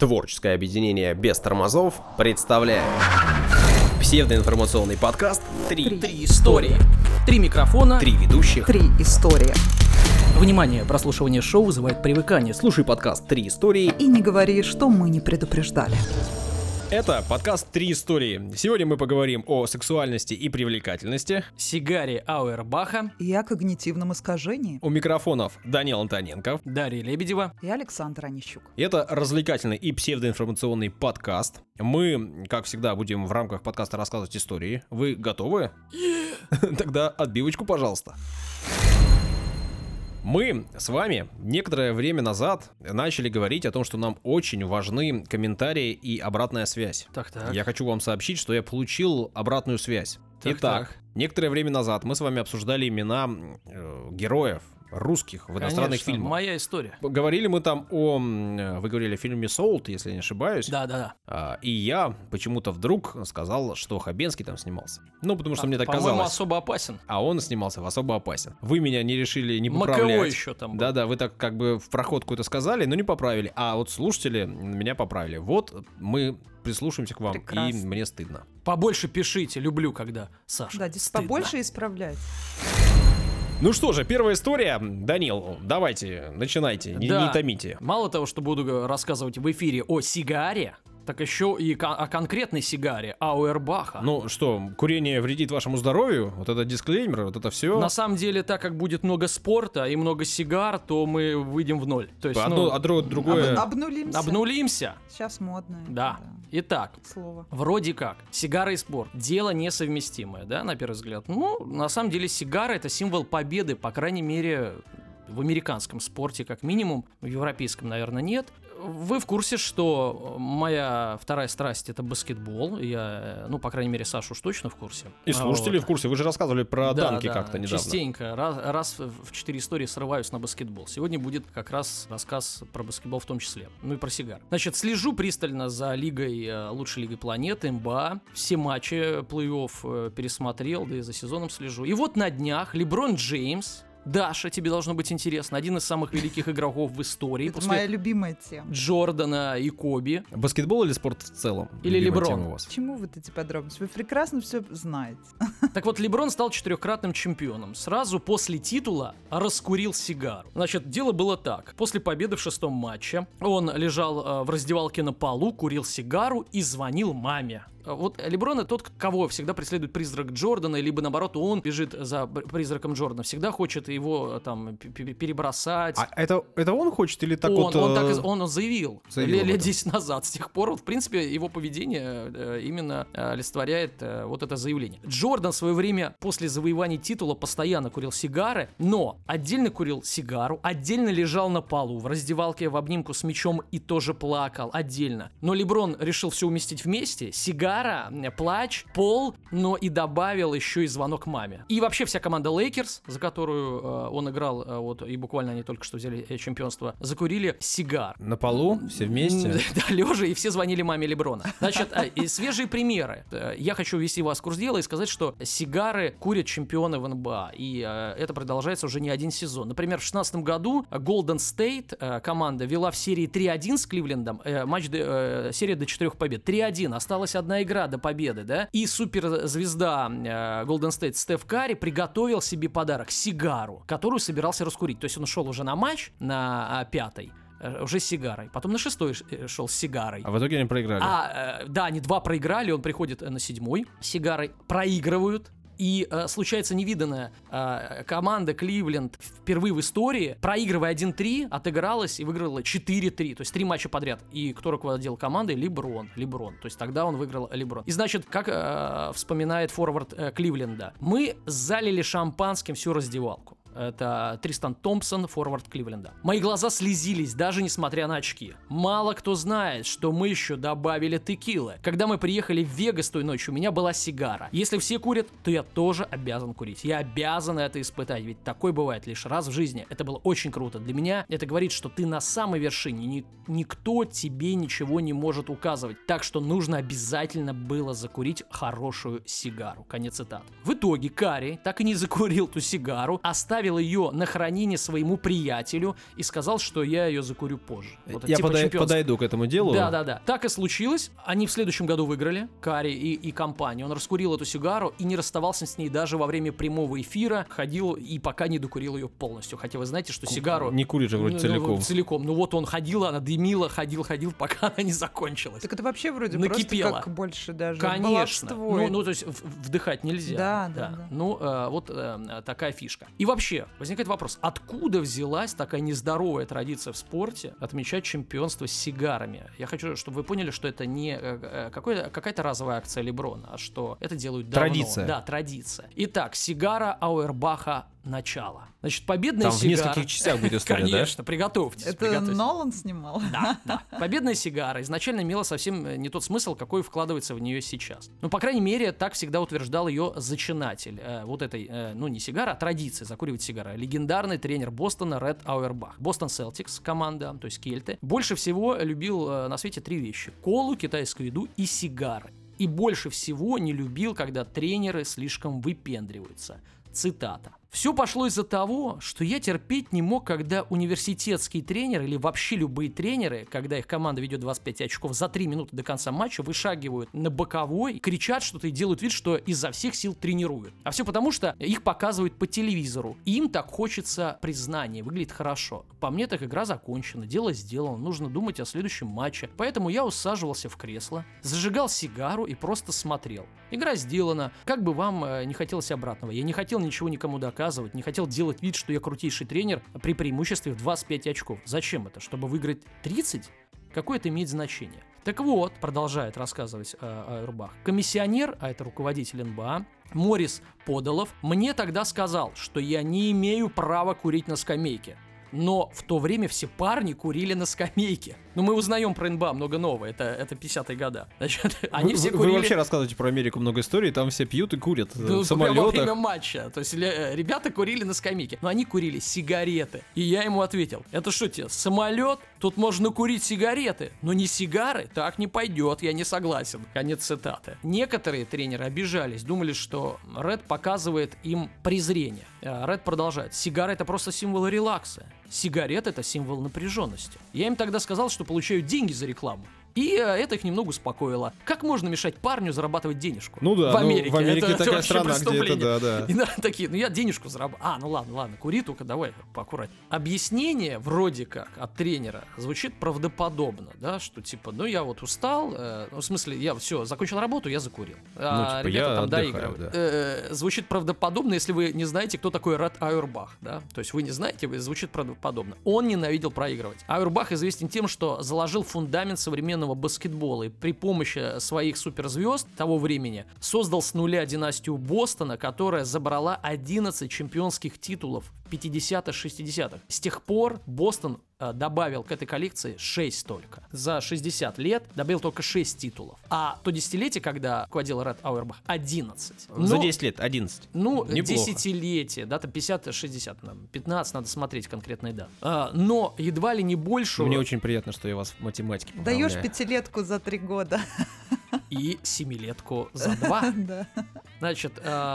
Творческое объединение «Без тормозов» представляет псевдоинформационный подкаст «Три истории». 3 микрофона, 3 ведущих, 3 истории. Внимание, прослушивание шоу вызывает привыкание. Слушай подкаст «3 истории». И не говори, что мы не предупреждали. Это подкаст «Три истории». Сегодня мы поговорим о сексуальности и привлекательности. Сигаре Ауэрбаха. И о когнитивном искажении. У микрофонов Данил Антоненко, Дарья Лебедева. И Александр Онищук. Это развлекательный и псевдоинформационный подкаст. Мы, как всегда, будем в рамках подкаста рассказывать истории. Вы готовы? Тогда отбивочку, пожалуйста. Мы с вами некоторое время назад начали говорить о том, что нам очень важны комментарии и обратная связь. Так. Я хочу вам сообщить, что я получил обратную связь. Так. Некоторое время назад мы с вами обсуждали имена героев русских в иностранных Конечно, фильмах. моя история. Говорили мы там вы говорили о фильме «Солт», если я не ошибаюсь. Да. И я почему-то вдруг сказал, что Хабенский там снимался. Ну, потому что мне так по-моему, казалось. особо опасен. А он снимался в «Особо опасен». Вы меня не решили не Маковой поправлять. еще там был. Да, вы так как бы в проходку это сказали, но не поправили. А вот слушатели меня поправили. Вот мы прислушаемся к вам, Прекрасно. и мне стыдно. Побольше пишите, люблю, когда Саша. Да, здесь стыдно. побольше исправлять. Ну что же, первая история. Данил, давайте, начинайте, не томите. Мало того, что буду рассказывать в эфире о сигаре, так еще и о конкретной сигаре Ауэрбаха. Ну что, курение вредит вашему здоровью? Вот это дисклеймер, вот это все. На самом деле, так как будет много спорта и много сигар, то мы выйдем в ноль. То есть, другое. Обнулимся. обнулимся. Сейчас модное. Да. Итак, Слово. вроде как, сигара и спорт – дело несовместимое, да, на первый взгляд. Ну, на самом деле, сигара – это символ победы, по крайней мере, в американском спорте как минимум, в европейском, наверное, нет. Вы в курсе, что моя вторая страсть – это баскетбол. Я, по крайней мере, Саша уж точно в курсе. И слушатели в курсе. Вы же рассказывали про данки как-то недавно. Частенько. Раз в 4 истории срываюсь на баскетбол. Сегодня будет как раз рассказ про баскетбол в том числе. Ну и про сигар. Значит, слежу пристально за лучшей лигой планеты, НБА. Все матчи плей-офф пересмотрел, да и за сезоном слежу. И вот на днях Леброн Джеймс, Даша, тебе должно быть интересно, один из самых великих игроков в истории. Это моя любимая тема. Джордана и Коби. Баскетбол или спорт в целом? Или Любимая Леброн? тема у вас? Почему вот эти подробности? Вы прекрасно все знаете. Так вот, Леброн стал 4-кратным чемпионом. Сразу после титула раскурил сигару. Значит, дело было так. После победы в 6-м матче он лежал в раздевалке на полу, курил сигару и звонил маме. Вот Леброн — это тот, кого всегда преследует призрак Джордана, либо наоборот, он бежит за призраком Джордана. Всегда хочет его там перебросать. А это он хочет или так Он заявил лет 10 назад. С тех пор, в принципе, его поведение именно олицетворяет вот это заявление. Джордан в свое время после завоевания титула постоянно курил сигары, но отдельно курил сигару, отдельно лежал на полу в раздевалке в обнимку с мячом и тоже плакал отдельно. Но Леброн решил все уместить вместе. Сигара, плач, пол, но и добавил еще и звонок маме. И вообще вся команда Лейкерс, за которую он играл, вот и буквально они только что взяли чемпионство, закурили сигар. На полу? Все вместе? Да, лежа, и все звонили маме Леброна. Значит, и свежие примеры. Я хочу ввести вас в курс дела и сказать, что сигары курят чемпионы в НБА, и это продолжается уже не один сезон. Например, в 2016 году Golden State команда вела в серии 3-1 с Кливлендом, серия до 4 побед. 3-1, осталась одна игра до победы, да? И суперзвезда Golden State Стеф Карри приготовил себе подарок — сигару, которую собирался раскурить. То есть он шел уже на матч, на 5-й, уже с сигарой. Потом на 6-й шел с сигарой. А в итоге они проиграли. Да, они 2 проиграли, он приходит на 7-й с сигарой, проигрывают. И случается невиданное. Команда Кливленд впервые в истории, проигрывая 1-3, отыгралась и выиграла 4-3. То есть 3 матча подряд. И кто руководил командой? Леброн. То есть тогда он выиграл Леброн. И значит, как вспоминает форвард Кливленда, мы залили шампанским всю раздевалку. Это Тристан Томпсон, форвард Кливленда. Мои глаза слезились, даже несмотря на очки. Мало кто знает, что мы еще добавили текилы. Когда мы приехали в Вегас той ночью, у меня была сигара. Если все курят, то я тоже обязан курить. Я обязан это испытать, ведь такое бывает лишь раз в жизни. Это было очень круто. Для меня это говорит, что ты на самой вершине. Никто тебе ничего не может указывать. Так что нужно обязательно было закурить хорошую сигару. Конец цитаты. В итоге Карри так и не закурил ту сигару, оставил оставил ее на хранение своему приятелю и сказал, что я ее закурю позже. Вот, Я типа чемпионство. подойду к этому делу. Да. Так и случилось. Они в следующем году выиграли, Карри и компания. Он раскурил эту сигару и не расставался с ней даже во время прямого эфира. Ходил и пока не докурил ее полностью. Хотя вы знаете, что сигару... Не курит же вроде целиком. Ну вот он ходил, она дымила, ходил, пока она не закончилась. Так это вообще вроде Накипело. просто как больше даже Конечно. баловство. Ну, то есть вдыхать нельзя. Да. Ну, вот такая фишка. И вообще, возникает вопрос, откуда взялась такая нездоровая традиция в спорте отмечать чемпионство с сигарами? Я хочу, чтобы вы поняли, что это не какая-то разовая акция Леброна, а что это делают давно. Традиция. Да, традиция. Итак, сигара Ауэрбаха начало. Значит, победная Там сигара... в нескольких частях будет история, Конечно, приготовьтесь. Это Нолан снимал? Да. Победная сигара изначально имела совсем не тот смысл, какой вкладывается в нее сейчас. Ну, по крайней мере, так всегда утверждал ее зачинатель вот этой, не сигара, а традиции закуривать сигары. Легендарный тренер Бостона Ред Ауэрбах. Бостон Селтикс, команда, то есть кельты, больше всего любил на свете 3 вещи: колу, китайскую еду и сигары. И больше всего не любил, когда тренеры слишком выпендриваются. Цитата. «Все пошло из-за того, что я терпеть не мог, когда университетские тренеры или вообще любые тренеры, когда их команда ведет 25 очков за 3 минуты до конца матча, вышагивают на боковой, кричат что-то и делают вид, что изо всех сил тренируют. А все потому, что их показывают по телевизору. И им так хочется признания, выглядит хорошо. По мне так игра закончена, дело сделано, нужно думать о следующем матче. Поэтому я усаживался в кресло, зажигал сигару и просто смотрел. Игра сделана, как бы вам не хотелось обратного. Я не хотел ничего никому доказывать, не хотел делать вид, что я крутейший тренер при преимуществе в 25 очков. Зачем это? Чтобы выиграть 30? Какое это имеет значение? Так вот, продолжает рассказывать Ауэрбах, комиссионер, а это руководитель НБА, Морис Подолов, мне тогда сказал, что я не имею права курить на скамейке. Но в то время все парни курили на скамейке. Ну, мы узнаем про НБА много нового, это 50-е годы. Значит, они все курили... Вы вообще рассказываете про Америку много историй, там все пьют и курят в самолетах. Во время матча. То есть ребята курили на скамейке. Но они курили сигареты. И я ему ответил, это что тебе, самолет? Тут можно курить сигареты, но не сигары? Так не пойдет, я не согласен. Конец цитаты. Некоторые тренеры обижались, думали, что Ред показывает им презрение. Ред продолжает. Сигара — это просто символ релакса. Сигарет — это символ напряженности. Я им тогда сказал, что получаю деньги за рекламу. И это их немного успокоило. Как можно мешать парню зарабатывать денежку? Ну да, в Америке. в Америке это такая вообще страна, где преступление. это, да. И такие, я денежку зарабатываю. Ну ладно, кури только, давай поаккуратнее. Объяснение вроде как от тренера звучит правдоподобно, да, что типа, я вот устал, в смысле, я все, закончил работу, я закурил. Типа, ребята там отдыхаю, доигрывают. Звучит правдоподобно, если вы не знаете, кто такой Ред Ауэрбах, да, то есть вы не знаете, звучит правдоподобно. Он ненавидел проигрывать. Ауэрбах известен тем, что заложил фундамент современного баскетбола и при помощи своих суперзвезд того времени создал с нуля династию Бостона, которая забрала 11 чемпионских титулов в 50-х, 60-х. С тех пор Бостон добавил к этой коллекции 6 только. За 60 лет добавил только 6 титулов. А то десятилетие, когда руководил Ред Ауэрбах, 11. За 10 лет 11. Ну, неплохо. Десятилетие, да, там 50-60, 15, надо смотреть конкретные даты. Но едва ли не больше... Мне очень приятно, что я вас в математике поправляю. Даешь 5-летку за 3 года. И 7-летку за 2. Да. Значит,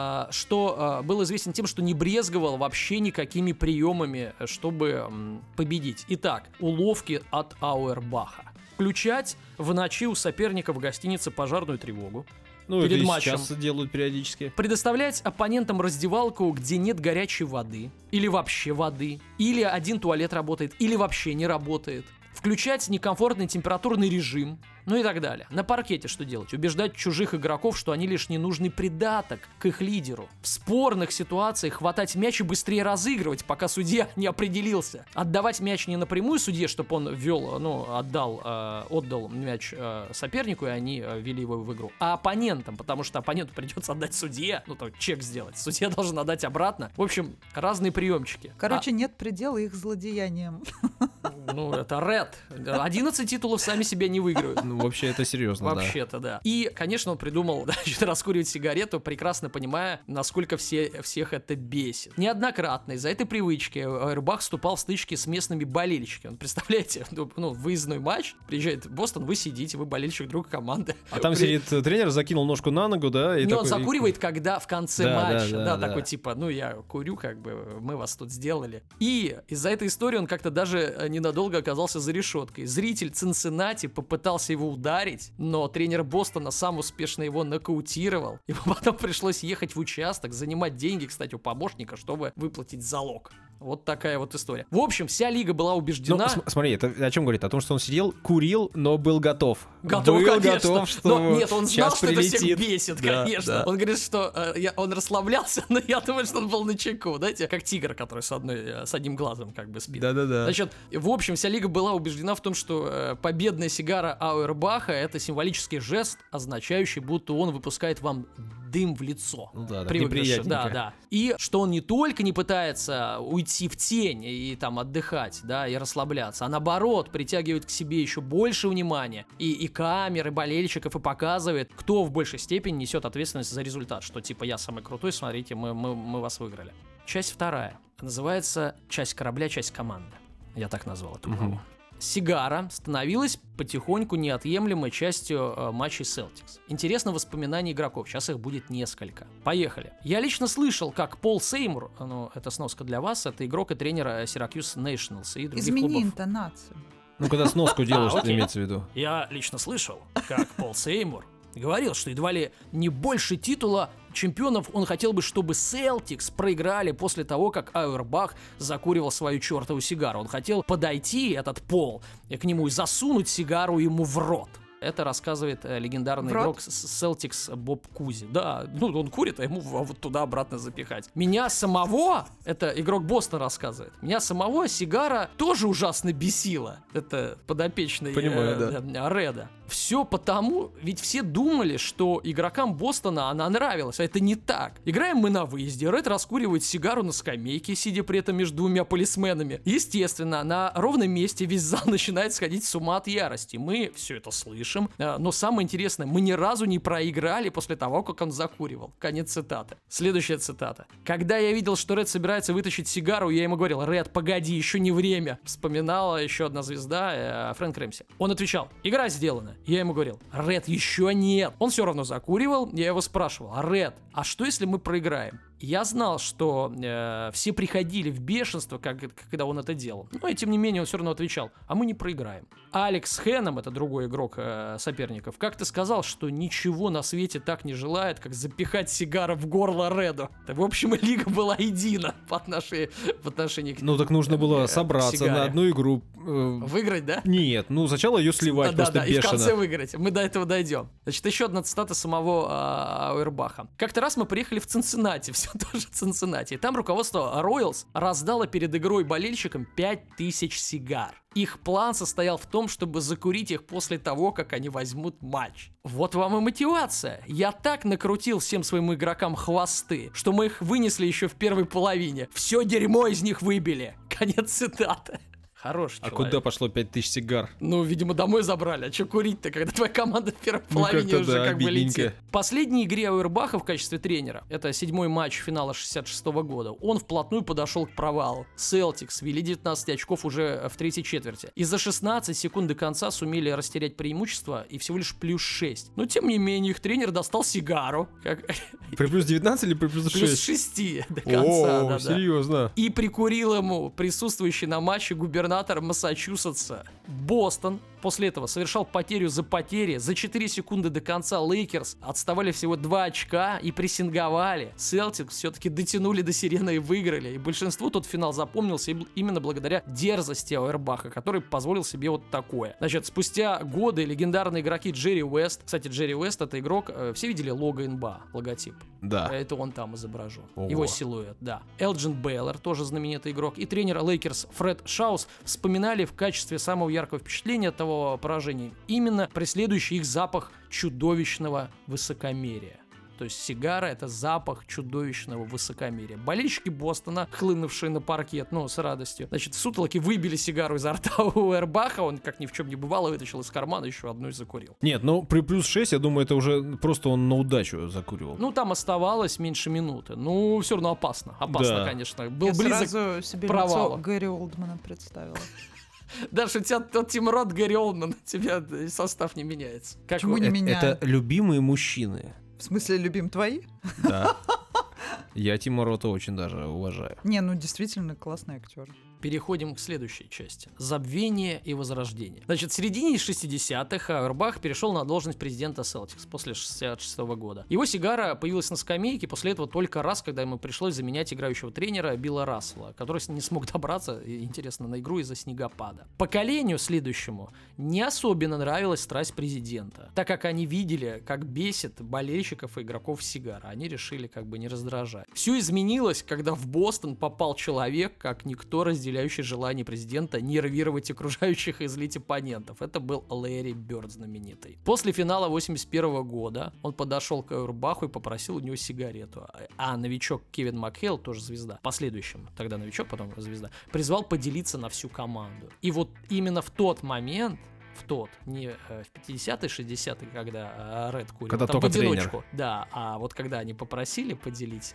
что был известен тем, что не брезговал вообще никакими приемами, чтобы победить. Итак, уловки от Ауэрбаха. Включать в ночи у соперника в гостинице пожарную тревогу. Ну, перед это матчем. сейчас делают периодически. Предоставлять оппонентам раздевалку, где нет горячей воды, или вообще воды, или один туалет работает, или вообще не работает. Включать некомфортный температурный режим, ну и так далее. На паркете что делать? Убеждать чужих игроков, что они лишь ненужный придаток к их лидеру. В спорных ситуациях хватать мяч и быстрее разыгрывать, пока судья не определился. Отдавать мяч не напрямую судье, чтобы он отдал мяч сопернику, и они ввели его в игру, а оппонентам, потому что оппоненту придется отдать судье, чек сделать. Судья должен отдать обратно. В общем, разные приемчики. Короче, нет предела их злодеяниям. Ну, это Ред. 11 титулов сами себя не выиграют. Ну, вообще, это серьезно, Вообще-то, да. И, конечно, он придумал, значит, раскуривать сигарету, прекрасно понимая, насколько всех это бесит. Неоднократно из-за этой привычки Ауэрбах вступал в стычки с местными болельщиками. Представляете, выездной матч, приезжает в Бостон, вы сидите, вы болельщик друга команды. А там сидит тренер, закинул ножку на ногу, да? И он такой, закуривает, когда в конце матча, да, такой типа, ну я курю, как бы, мы вас тут сделали. И из-за этой истории он как-то даже ненадолго оказался за решеткой. Зритель Цинциннати попытался его ударить, но тренер Бостона сам успешно его нокаутировал. Ему потом пришлось ехать в участок, занимать деньги, кстати, у помощника, чтобы выплатить залог. Вот такая вот история. В общем, вся лига была убеждена... Ну, смотри, это о чем говорит? О том, что он сидел, курил, но был готов. Готов, был конечно. готов, что Но нет, он знал, сейчас что прилетит. это всех бесит, Да, конечно. да. Он говорит, что он расслаблялся, но я думаю, что он был начеку. Знаете, как тигр, который с одним глазом как бы спит. Да-да-да. Значит, в общем, вся лига была убеждена в том, что победная сигара Ауэрбаха — это символический жест, означающий, будто он выпускает вам дым в лицо. Ну да, При выигрыше. неприятненько. Да. И что он не только не пытается уйти в тень и там отдыхать, да, и расслабляться, а наоборот, притягивает к себе еще больше внимания и камер, и болельщиков, и показывает, кто в большей степени несет ответственность за результат, что типа я самый крутой, смотрите, мы вас выиграли. Часть вторая. Называется «Часть корабля, часть команды». Я так назвал эту главу. Сигара становилась потихоньку неотъемлемой частью матчей Celtics. Интересно воспоминания игроков, сейчас их будет несколько. Поехали. Я лично слышал, как Пол Сеймур, ну, это сноска для вас, это игрок и тренер Syracuse Nationals и других Измени клубов. интонацию. Ну, когда сноску делаешь, что окей. имеется в виду. Я лично слышал, как Пол Сеймур говорил, что едва ли не больше титула чемпионов он хотел бы, чтобы Celtics проиграли после того, как Ауэрбах закуривал свою чертову сигару. Он хотел подойти, этот Пол, и к нему и засунуть сигару ему в рот. Это рассказывает легендарный игрок Celtics Боб Кузи. Да, ну он курит, а ему вот туда-обратно запихать. Меня самого, это игрок Бостона рассказывает, меня самого сигара тоже ужасно бесила. Это подопечный Реда. Все потому, ведь все думали, что игрокам Бостона она нравилась, а это не так. Играем мы на выезде, Ред раскуривает сигару на скамейке, сидя при этом между двумя полисменами. Естественно, на ровном месте весь зал начинает сходить с ума от ярости. Мы все это слышим, но самое интересное, мы ни разу не проиграли после того, как он закуривал. Конец цитаты. Следующая цитата. Когда я видел, что Ред собирается вытащить сигару, я ему говорил: Ред, погоди, еще не время. Вспоминала еще одна звезда, Фрэнк Рэмси. Он отвечал: игра сделана. Я ему говорил: Ред, еще нет. Он все равно закуривал, я его спрашивал: Ред, а что если мы проиграем? Я знал, что все приходили в бешенство, когда он это делал. Но и тем не менее он все равно отвечал: а мы не проиграем. Алекс Хэнном, это другой игрок соперников, как-то сказал, что ничего на свете так не желает, как запихать сигару в горло Реду. В общем, лига была едина по отношению к Ну так нужно было собраться сигаре. на одну игру. Выиграть, да? Нет, ну сначала ее сливать просто Да, и в бешено. конце выиграть. Мы до этого дойдем. Значит, еще одна цитата самого Ауэрбаха. Как-то раз мы приехали в Цинциннати, все тоже Цинциннати. И там руководство Royals раздало перед игрой болельщикам 5000 сигар. Их план состоял в том, чтобы закурить их после того, как они возьмут матч. Вот вам и мотивация. Я так накрутил всем своим игрокам хвосты, что мы их вынесли еще в первой половине. Все дерьмо из них выбили. Конец цитаты. Хороший А человек. куда пошло 5000 сигар? Ну, видимо, домой забрали. А что курить-то, когда твоя команда в первой половине как-то уже да, как бы обидненько. летит? В последней игре Ауэрбаха в качестве тренера, это 7-й матч финала 66-го года, он вплотную подошел к провалу. Celtics вели 19 очков уже в третьей четверти. И за 16 секунд до конца сумели растерять преимущество и всего лишь плюс 6. Но, тем не менее, их тренер достал сигару. При плюс 19 или при плюс 6? Плюс 6 до конца. О, да-да. серьезно. И прикурил ему присутствующий на матче губернатор Массачусетса. Бостон после этого совершал потерю за потерей. За 4 секунды до конца Лейкерс отставали всего 2 очка и прессинговали. Celtics все-таки дотянули до сирены и выиграли. И большинству тот финал запомнился именно благодаря дерзости Ауэрбаха, который позволил себе вот такое. Значит, спустя годы легендарные игроки Джерри Уэст, кстати, Джерри Уэст — это игрок, все видели лого НБА, логотип? Да. Это он там изображен. Ого. Его силуэт, да. Элджин Бейлор, тоже знаменитый игрок, и тренер Лейкерс Фред Шаус вспоминали в качестве самого яркого впечатления от того поражения именно преследующий их запах чудовищного высокомерия. То есть сигара — это запах чудовищного высокомерия. Болельщики Бостона, хлынувшие на паркет, с радостью, значит, в сутолоке выбили сигару изо рта у Ауэрбаха, он, как ни в чем не бывало, вытащил из кармана еще одну и закурил. Нет, при плюс 6, я думаю, это уже просто он на удачу закуривал. Там оставалось меньше минуты. Все равно опасно. Да. конечно. Был Я близок сразу себе провала. лицо Гэри Олдмана представила. Даже у тебя тот Тим Рот, Гэри Олдман, у тебя состав не меняется. Как Почему не меняют? Это любимые мужчины. В смысле, любим твои? Да. Я Тима Рота очень даже уважаю. Не, действительно классный актер. Переходим к следующей части. Забвение и возрождение. Значит, в середине 60-х Ауэрбах перешел на должность президента Celtics после 66 года. Его сигара появилась на скамейке после этого только раз, когда ему пришлось заменять играющего тренера Билла Рассела, который не смог добраться, интересно, на игру из-за снегопада. Поколению следующему не особенно нравилась страсть президента, так как они видели, как бесит болельщиков и игроков сигара. Они решили не раздражать. Все изменилось, когда в Бостон попал человек, как никто, разделяющий желание президента нервировать окружающих и злить оппонентов. Это был Лэри Бёрд знаменитый. После финала 81 года он подошел к Ауэрбаху и попросил у него сигарету. А новичок Кевин Макхейл, тоже звезда, последующим, тогда новичок, потом звезда, призвал поделиться на всю команду. И вот именно в тот момент, не в 50-е, 60-е, когда Ред курил, когда там только в одиночку. тренер. Да, а вот когда они попросили поделить,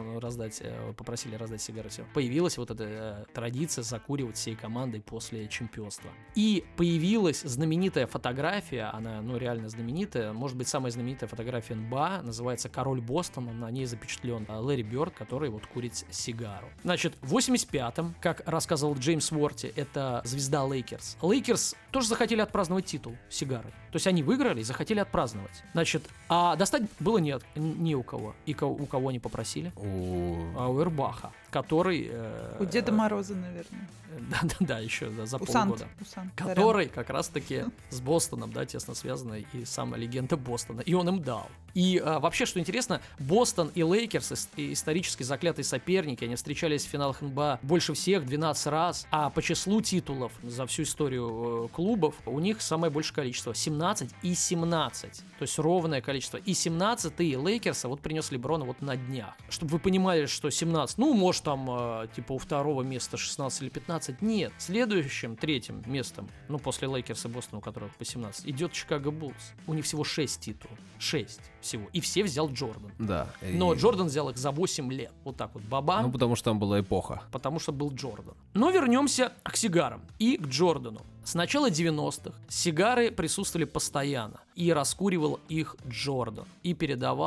попросили раздать сигары, появилась вот эта традиция закуривать всей командой после чемпионства. И появилась знаменитая фотография, она, реально знаменитая, может быть, самая знаменитая фотография НБА, называется «Король Бостона», на ней запечатлен Лэри Бёрд, который курит сигару. Значит, в 85-м, как рассказывал Джеймс Уорти, это звезда Лейкерс. Лейкерс тоже захотели отпраздновать титул сигарой. То есть они выиграли и захотели отпраздновать. Значит, а достать было ни у кого. И у кого они попросили? У Ауэрбаха, который... У Деда Мороза, наверное. Да, еще за У полгода. Санты. Который как раз-таки с Бостоном, тесно связанный, и самая легенда Бостона. И он им дал. И вообще, что интересно, Бостон и Лейкерс, исторически заклятые соперники, они встречались в финалах НБА больше всех, 12 раз, а по числу титулов за всю историю клубов у них самое большее количество, 17 и 17, то есть ровное количество. И 17-й Лейкерса принес Леброна на днях. Чтобы вы понимали, что 17, может там у второго места 16 или 15, нет. Следующим, третьим местом, после Лейкерса и Бостона, у которых по 17, идет Чикаго Буллс. У них всего 6 титулов. 6 всего. И все взял Джордан. Да. Но Джордан взял их за 8 лет. Вот так бабам. Потому что там была эпоха. Потому что был Джордан. Но вернемся к сигарам и к Джордану. С начала 90-х сигары присутствовали постоянно, и раскуривал их Джордан, и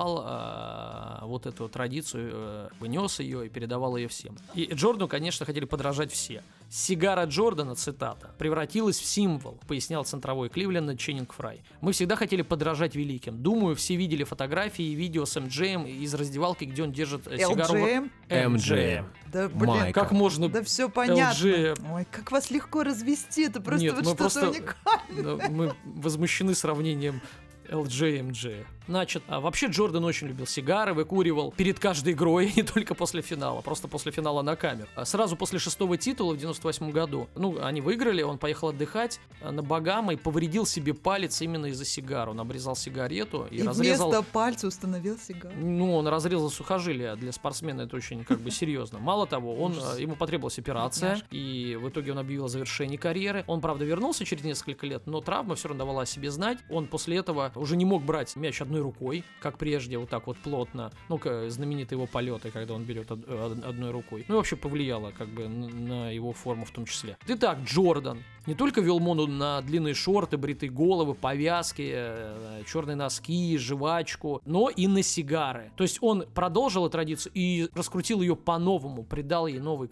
передавал эту традицию, вынес ее и передавал ее всем. И Джордану, конечно, хотели подражать все. Сигара Джордана, цитата, превратилась в символ, пояснял центровой Кливленда Ченнинг Фрай. Мы всегда хотели подражать великим. Думаю, все видели фотографии и видео с МДЖ из раздевалки, где он держит сигару. МДЖ. Да, блин, как можно... Да все понятно. LG. Ой, как вас легко развести, это просто Нет, мы что-то просто... уникальное. Мы возмущены сравнением LG и MJ. Значит, вообще Джордан очень любил сигары, выкуривал перед каждой игрой, не только после финала, просто после финала на камеру. Сразу после 6-го титула в 98 году, они выиграли, он поехал отдыхать на Багамы и повредил себе палец именно из-за сигар. Он обрезал сигарету и разрезал... вместо пальца установил сигару. Он разрезал сухожилие, для спортсмена это очень серьезно. Мало того, ему потребовалась операция, и в итоге он объявил о завершении карьеры. Он, правда, вернулся через несколько лет, но травма все равно давала о себе знать. Он после этого уже не мог брать мяч одной рукой, как прежде, вот так плотно. Знаменитые его полеты, когда он берет одной рукой. И вообще повлияло на его форму в том числе. Итак, Джордан не только вел моду на длинные шорты, бритые головы, повязки, черные носки, жвачку, но и на сигары. То есть он продолжил эту традицию и раскрутил ее по-новому, придал ей новый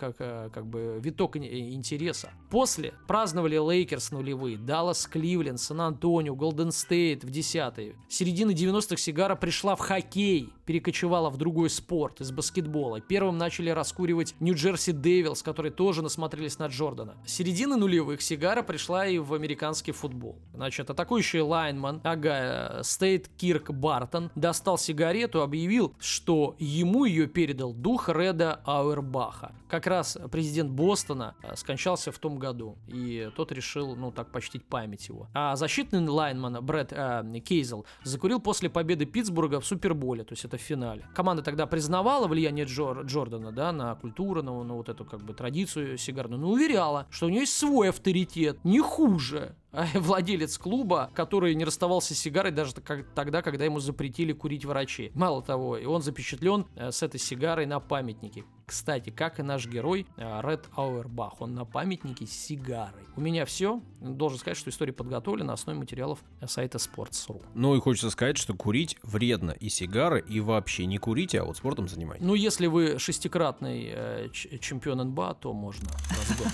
виток интереса. После праздновали Лейкерс нулевые, Даллас, Кливленд, Сан-Антонио, Голден Стейт в 10-е. С середины 90-х сигара пришла в хоккей, перекочевала в другой спорт, из баскетбола. Первым начали раскуривать Нью-Джерси Дэвилс, которые тоже насмотрелись на Джордана. С середины нулевых сигара пришла и в американский футбол. Значит, атакующий лайнман Стейт Кирк Бартон достал сигарету и объявил, что ему ее передал дух Реда Ауэрбаха. Как раз президент Бостона скончался в том году, и тот решил, так почтить память его. А защитный лайнман Брэд Кейзел закурил после победы Питтсбурга в Суперболе, то есть это в финале. Команда тогда признавала влияние Джордана, да, на культуру, на вот эту как бы традицию сигарную, но уверяла, что у нее есть свой авторитет, не хуже. Владелец клуба, который не расставался с сигарой даже тогда, когда ему запретили курить врачи. Мало того, и он запечатлен с этой сигарой на памятнике. Кстати, как и наш герой Ред Ауэрбах, он на памятнике с сигарой. У меня все. Должен сказать, что история подготовлена на основе материалов сайта Sports.ru. Ну и хочется сказать, что курить вредно и сигары, и вообще не курите, а вот спортом занимайтесь. Ну, если вы шестикратный чемпион НБА, то можно раз в год.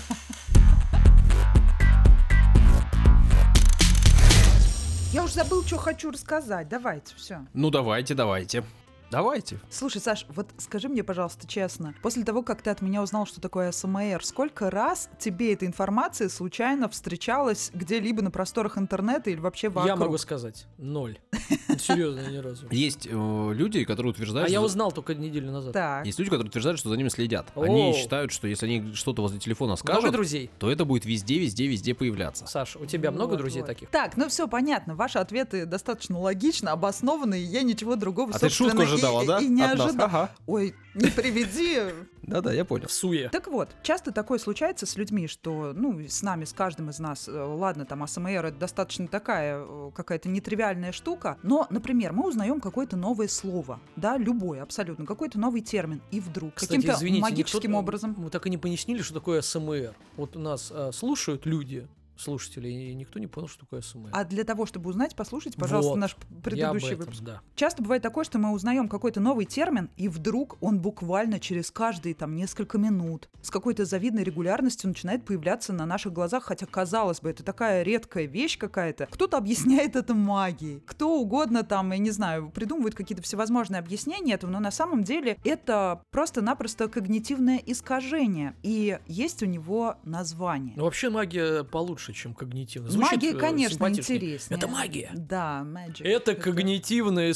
Я уже забыл, что хочу рассказать. Давайте, все. Ну давайте. Давайте. Слушай, Саш, вот скажи мне, пожалуйста, честно, после того, как ты от меня узнал, что такое АСМР, сколько раз тебе эта информация случайно встречалась где-либо на просторах интернета или вообще вокруг? Я могу сказать, 0. Серьезно, ни разу. Есть люди, которые утверждают, А я что... узнал только неделю назад. Так. Есть люди, которые утверждают, что за ними следят. О. Они считают, что если они что-то возле телефона Много скажут, друзей? то это будет везде появляться. Саш, у тебя много Вот, друзей вот. таких? Так, ну все понятно. Ваши ответы достаточно логичны, обоснованы, и я ничего другого, А ты собственно, шутку ожидала, да? и не От нас? ожидала. Ага. Ой, не приведи. Да-да, я понял. В суе. Так вот, часто такое случается с людьми, что, ну, с нами, с каждым из нас, ладно, там, АСМР — это достаточно такая какая-то нетривиальная штука, но, например, мы узнаем какое-то новое слово, да, любое, абсолютно, какой-то новый термин, и вдруг Кстати, каким-то извините, магическим никто- образом... Мы так и не пояснили, что такое СМР. Вот у нас слушают люди, слушатели, и никто не понял, что такое СМР. А для того, чтобы узнать, послушайте, пожалуйста, Вот, наш Я об предыдущий этом, выпуск. да. Часто бывает такое, что мы узнаем какой-то новый термин, и вдруг он буквально через каждые там несколько минут с какой-то завидной регулярностью начинает появляться на наших глазах, хотя, казалось бы, это такая редкая вещь какая-то. Кто-то объясняет это магией, кто угодно там, я не знаю, придумывает какие-то всевозможные объяснения этого, но на самом деле это просто-напросто когнитивное искажение, и есть у него название. Ну, вообще магия получше, чем когнитивная. Звучит, Магия, конечно, симпатичнее. интереснее. Это магия. Да, magic. Это когнитивное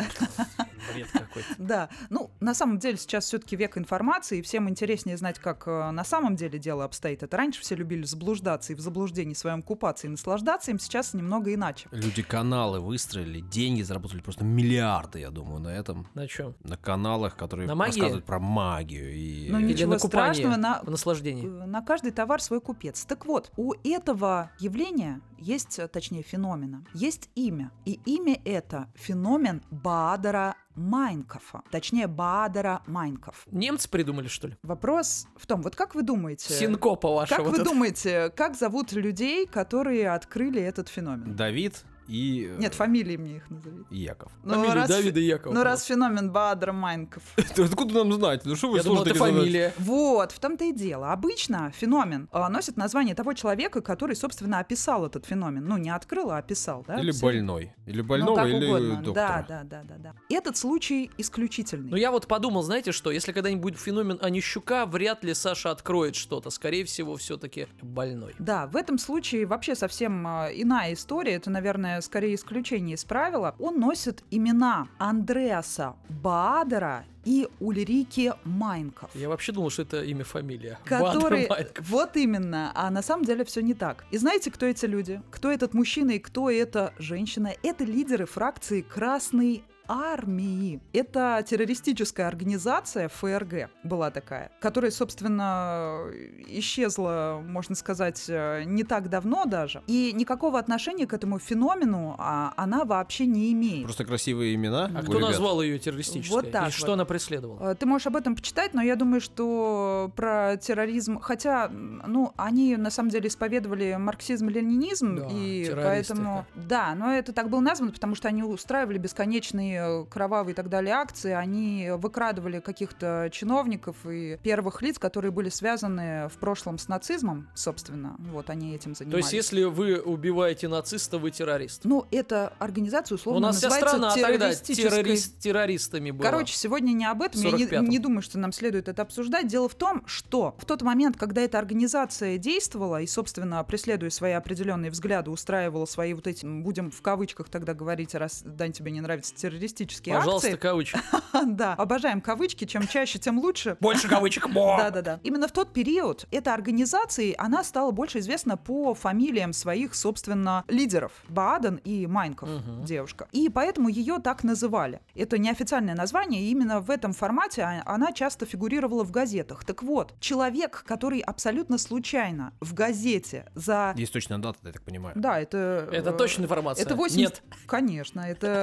Бред какой-то. Да, ну, на самом деле сейчас все-таки век информации, и всем интереснее знать, как на самом деле дело обстоит. Это раньше все любили заблуждаться и в заблуждении своем купаться и наслаждаться им, сейчас немного иначе. Люди каналы выстроили, деньги заработали просто миллиарды, я думаю, на этом. На чем? На каналах, которые На магии? рассказывают про магию. И... Ну, Или ничего на купание, страшного, в наслаждении. на каждый товар свой купец. Так вот, у этого явления есть, точнее, феномена, есть имя. И имя это феномен Баадера Майнкофа. Точнее, Баадера Майнкоф. Немцы придумали, что ли? Вопрос в том, вот как вы думаете... Синкопа ваша. Как вот вы эта. думаете, как зовут людей, которые открыли этот феномен? Давид и... Нет, фамилии мне их назовите. и Яков. Фамилия Давида Якова. Ну, раз феномен Баадера Майнкоф. Откуда нам знать? Ну что вы Я думал, это слушаете? фамилия. Вот, в том-то и дело. Обычно феномен носит название того человека, который, собственно, описал этот феномен. Ну, не открыл, а описал. Да? Или Всё. больной. Или Ну, больного, как или угодно. доктора. Да. Этот случай исключительный. Ну, я вот подумал, знаете что, если когда-нибудь будет феномен Онищука, вряд ли Саша откроет что-то. Скорее всего, все-таки больной. Да, в этом случае вообще совсем иная история. Это, наверное, скорее исключение из правила. Он носит имена Андреаса Баадера и Ульрики Майнкоф. Я вообще думал, что это имя-фамилия. Которые... Бадер Майнкоф. Вот именно. А на самом деле все не так. И знаете, кто эти люди? Кто этот мужчина и кто эта женщина? Это лидеры фракции Красной армии. Это террористическая организация ФРГ была такая, которая, собственно, исчезла, можно сказать, не так давно даже. И никакого отношения к этому феномену она вообще не имеет. Просто красивые имена. А у кто ребят. назвал ее террористической? Вот так И что вот. она преследовала? Ты можешь об этом почитать, но я думаю, что про терроризм... Хотя, ну, они на самом деле исповедовали марксизм-ленинизм, Да, и террористы. поэтому... Да, но это так было названо, потому что они устраивали бесконечные кровавые и так далее акции, они выкрадывали каких-то чиновников и первых лиц, которые были связаны в прошлом с нацизмом, собственно. Вот они этим То занимались. есть, если вы убиваете нациста, вы террорист? Ну, эта организация условно У нас вся называется страна тогда террористической. террористами была. Короче, сегодня не об этом. Я 45-м. не думаю, что нам следует это обсуждать. Дело в том, что в тот момент, когда эта организация действовала и, собственно, преследуя свои определенные взгляды, устраивала свои вот эти, будем в кавычках тогда говорить, раз Дань тебе не нравится, террористические террористические Пожалуйста, акции. кавычки. Да, обожаем кавычки, чем чаще, тем лучше. Больше кавычек. Да. Именно в тот период эта организация, она стала больше известна по фамилиям своих, собственно, лидеров. Бааден и Майнков, девушка. И поэтому ее так называли. Это неофициальное название, и именно в этом формате она часто фигурировала в газетах. Так вот, человек, который абсолютно случайно в газете за... Есть точная дата, я так понимаю. Да, это... Это точная информация? Это 80... Нет. Конечно, это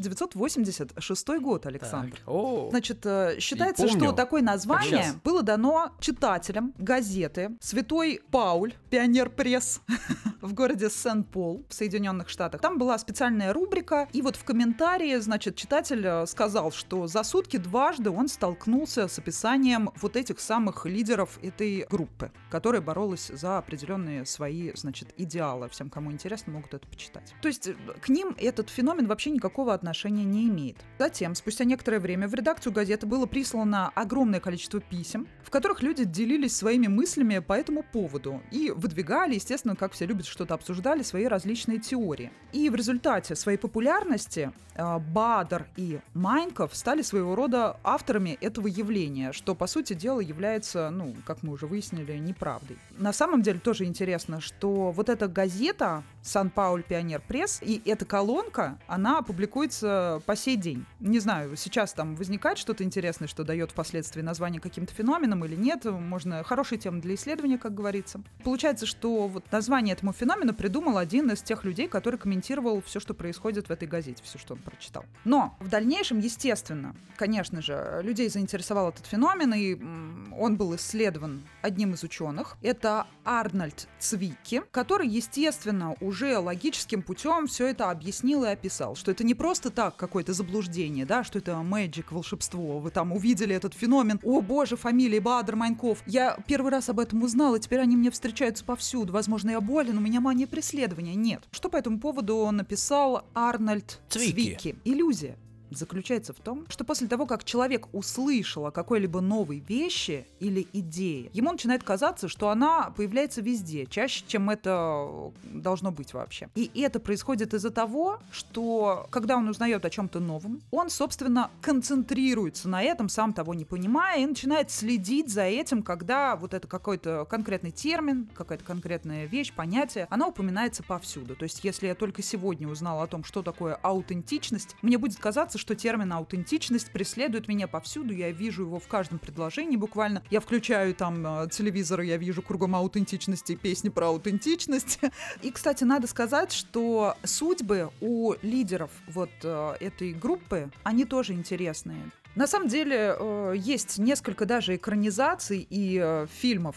1986 год, Александр. Так. О. Значит, считается, помню, что такое название сейчас. было дано читателям газеты «Святой Пауль», пионер-пресс в городе Сент-Пол в Соединенных Штатах. Там была специальная рубрика, и вот в комментарии, значит, читатель сказал, что за сутки дважды он столкнулся с описанием вот этих самых лидеров этой группы, которая боролась за определенные свои, значит, идеалы. Всем, кому интересно, могут это почитать. То есть к ним этот феномен вообще никакого отношения не имеет. Затем, спустя некоторое время, в редакцию газеты было прислано огромное количество писем, в которых люди делились своими мыслями по этому поводу и выдвигали, естественно, как все любят, что-то обсуждали, свои различные теории. И в результате своей популярности Баадер и Майнков стали своего рода авторами этого явления, что, по сути дела, является, ну, как мы уже выяснили, неправдой. На самом деле тоже интересно, что вот эта газета «Сан-Пауль Пионер Пресс» и эта колонка, она публикуется по сей день. Не знаю, сейчас там возникает что-то интересное, что дает впоследствии название каким-то феноменам или нет. Можно... Хорошая тема для исследования, как говорится. Получается, что вот название этому феномену придумал один из тех людей, который комментировал все, что происходит в этой газете, все, что он прочитал. Но в дальнейшем, естественно, конечно же, людей заинтересовал этот феномен, и он был исследован одним из ученых. Это Арнольд Цвикки, который, естественно, уже логическим путем все это объяснил и описал, что это не просто так какое-то заблуждение, да, что это magic, волшебство, вы там увидели этот феномен, о боже, фамилия Баадер, Майнков, я первый раз об этом узнал, и теперь они мне встречаются повсюду, возможно, я болен, у меня мания преследования. Нет. Что по этому поводу написал Арнольд Цвикки? Иллюзия заключается в том, что после того, как человек услышал о какой-либо новой вещи или идее, ему начинает казаться, что она появляется везде, чаще, чем это должно быть вообще. И это происходит из-за того, что когда он узнает о чем-то новом, он, собственно, концентрируется на этом, сам того не понимая, и начинает следить за этим, когда вот это какой-то конкретный термин, какая-то конкретная вещь, понятие, она упоминается повсюду. То есть, если я только сегодня узнала о том, что такое аутентичность, мне будет казаться, что термин аутентичность преследует меня повсюду, я вижу его в каждом предложении буквально. Я включаю там телевизор, я вижу кругом аутентичности, песни про аутентичность. И, кстати, надо сказать, что судьбы у лидеров вот этой группы, они тоже интересные. На самом деле есть несколько даже экранизаций и фильмов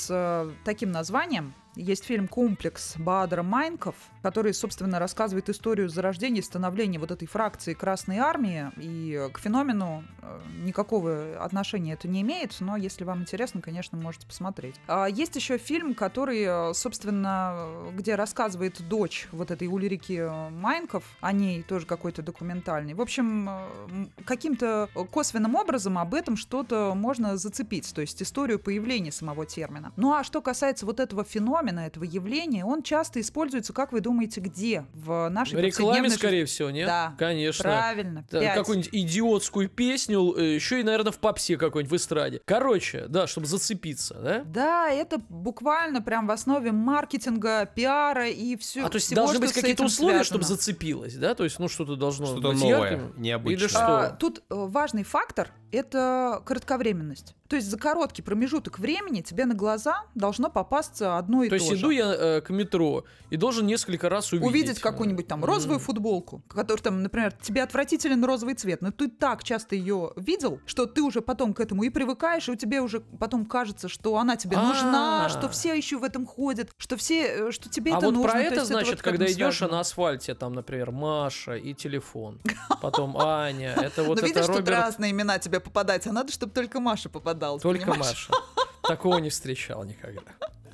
с таким названием. Есть фильм «Комплекс» Баадера Майнков, который, собственно, рассказывает историю зарождения и становления вот этой фракции Красной Армии, и к феномену никакого отношения это не имеет, но если вам интересно, конечно, можете посмотреть. Есть еще фильм, который, собственно, где рассказывает дочь вот этой Ульрики Майнков, о ней тоже какой-то документальный. В общем, каким-то косвенным образом об этом что-то можно зацепить, то есть историю появления самого термина. Ну а что касается вот этого феномена, этого явления, он часто используется, как вы думаете, где? В нашей рекламе, повседневной скорее всего, нет? Да, конечно. Правильно. Да, какую-нибудь идиотскую песню, еще и, наверное, в попсе какой-нибудь в эстраде. Короче, да, чтобы зацепиться, да? Да, это буквально прям в основе маркетинга, пиара и все. То есть должны быть какие-то условия, чтобы зацепилось, да? То есть, ну, что-то должно что-то быть новое, ярким. необычное. Или что? Тут важный фактор — это кратковременность. То есть за короткий промежуток времени тебе на глаза должно попасться одно и то же. То есть иду я к метро и должен несколько раз увидеть какую-нибудь там розовую футболку, которая там, например, тебе отвратителен розовый цвет, но ты так часто ее видел, что ты уже потом к этому и привыкаешь, и тебе уже потом кажется, что она тебе нужна, что все еще в этом ходят, что все, что тебе это нужно. А вот про То это, есть значит, вот когда идешь связано. на асфальте, там, например, Маша и телефон, потом Аня, это вот Но это видишь, Роберт... тут разные имена тебе попадать, а надо, чтобы только Маша попадалась. Только понимаешь? Маша. Такого не встречал никогда.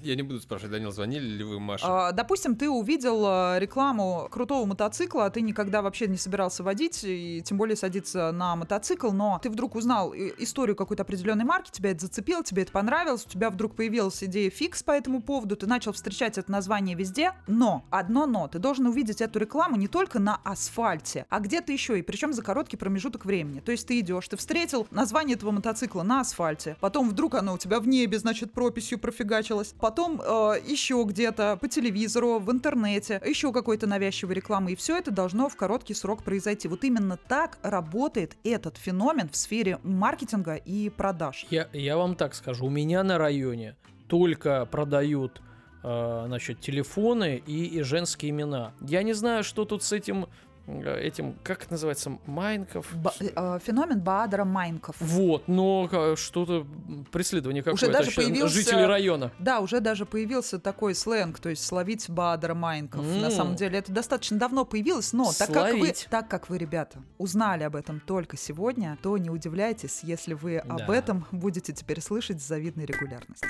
Я не буду спрашивать, Данил, звонили ли вы Маше? Допустим, ты увидел рекламу крутого мотоцикла, а ты никогда вообще не собирался водить, и тем более садиться на мотоцикл, но ты вдруг узнал историю какой-то определенной марки, тебя это зацепило, тебе это понравилось, у тебя вдруг появилась идея фикс по этому поводу, ты начал встречать это название везде, но, одно но, ты должен увидеть эту рекламу не только на асфальте, а где-то еще, и причем за короткий промежуток времени. То есть ты идешь, ты встретил название этого мотоцикла на асфальте, потом вдруг оно у тебя в небе, значит, прописью профигачилось, потом еще где-то по телевизору, в интернете, еще какой-то навязчивой рекламы, и все это должно в короткий срок произойти. Вот именно так работает этот феномен в сфере маркетинга и продаж. Я вам так скажу, у меня на районе только продают телефоны и женские имена. Я не знаю, что тут с этим, как это называется, Майнков? Феномен Баадара Майнков. Вот, но что-то преследование какое-то Уже даже появился, жителей района. Да, уже даже появился такой сленг, то есть словить Баадара Майнков. На самом деле это достаточно давно появилось, но так как вы, ребята, узнали об этом только сегодня, то не удивляйтесь, если вы об этом будете теперь слышать с завидной регулярностью.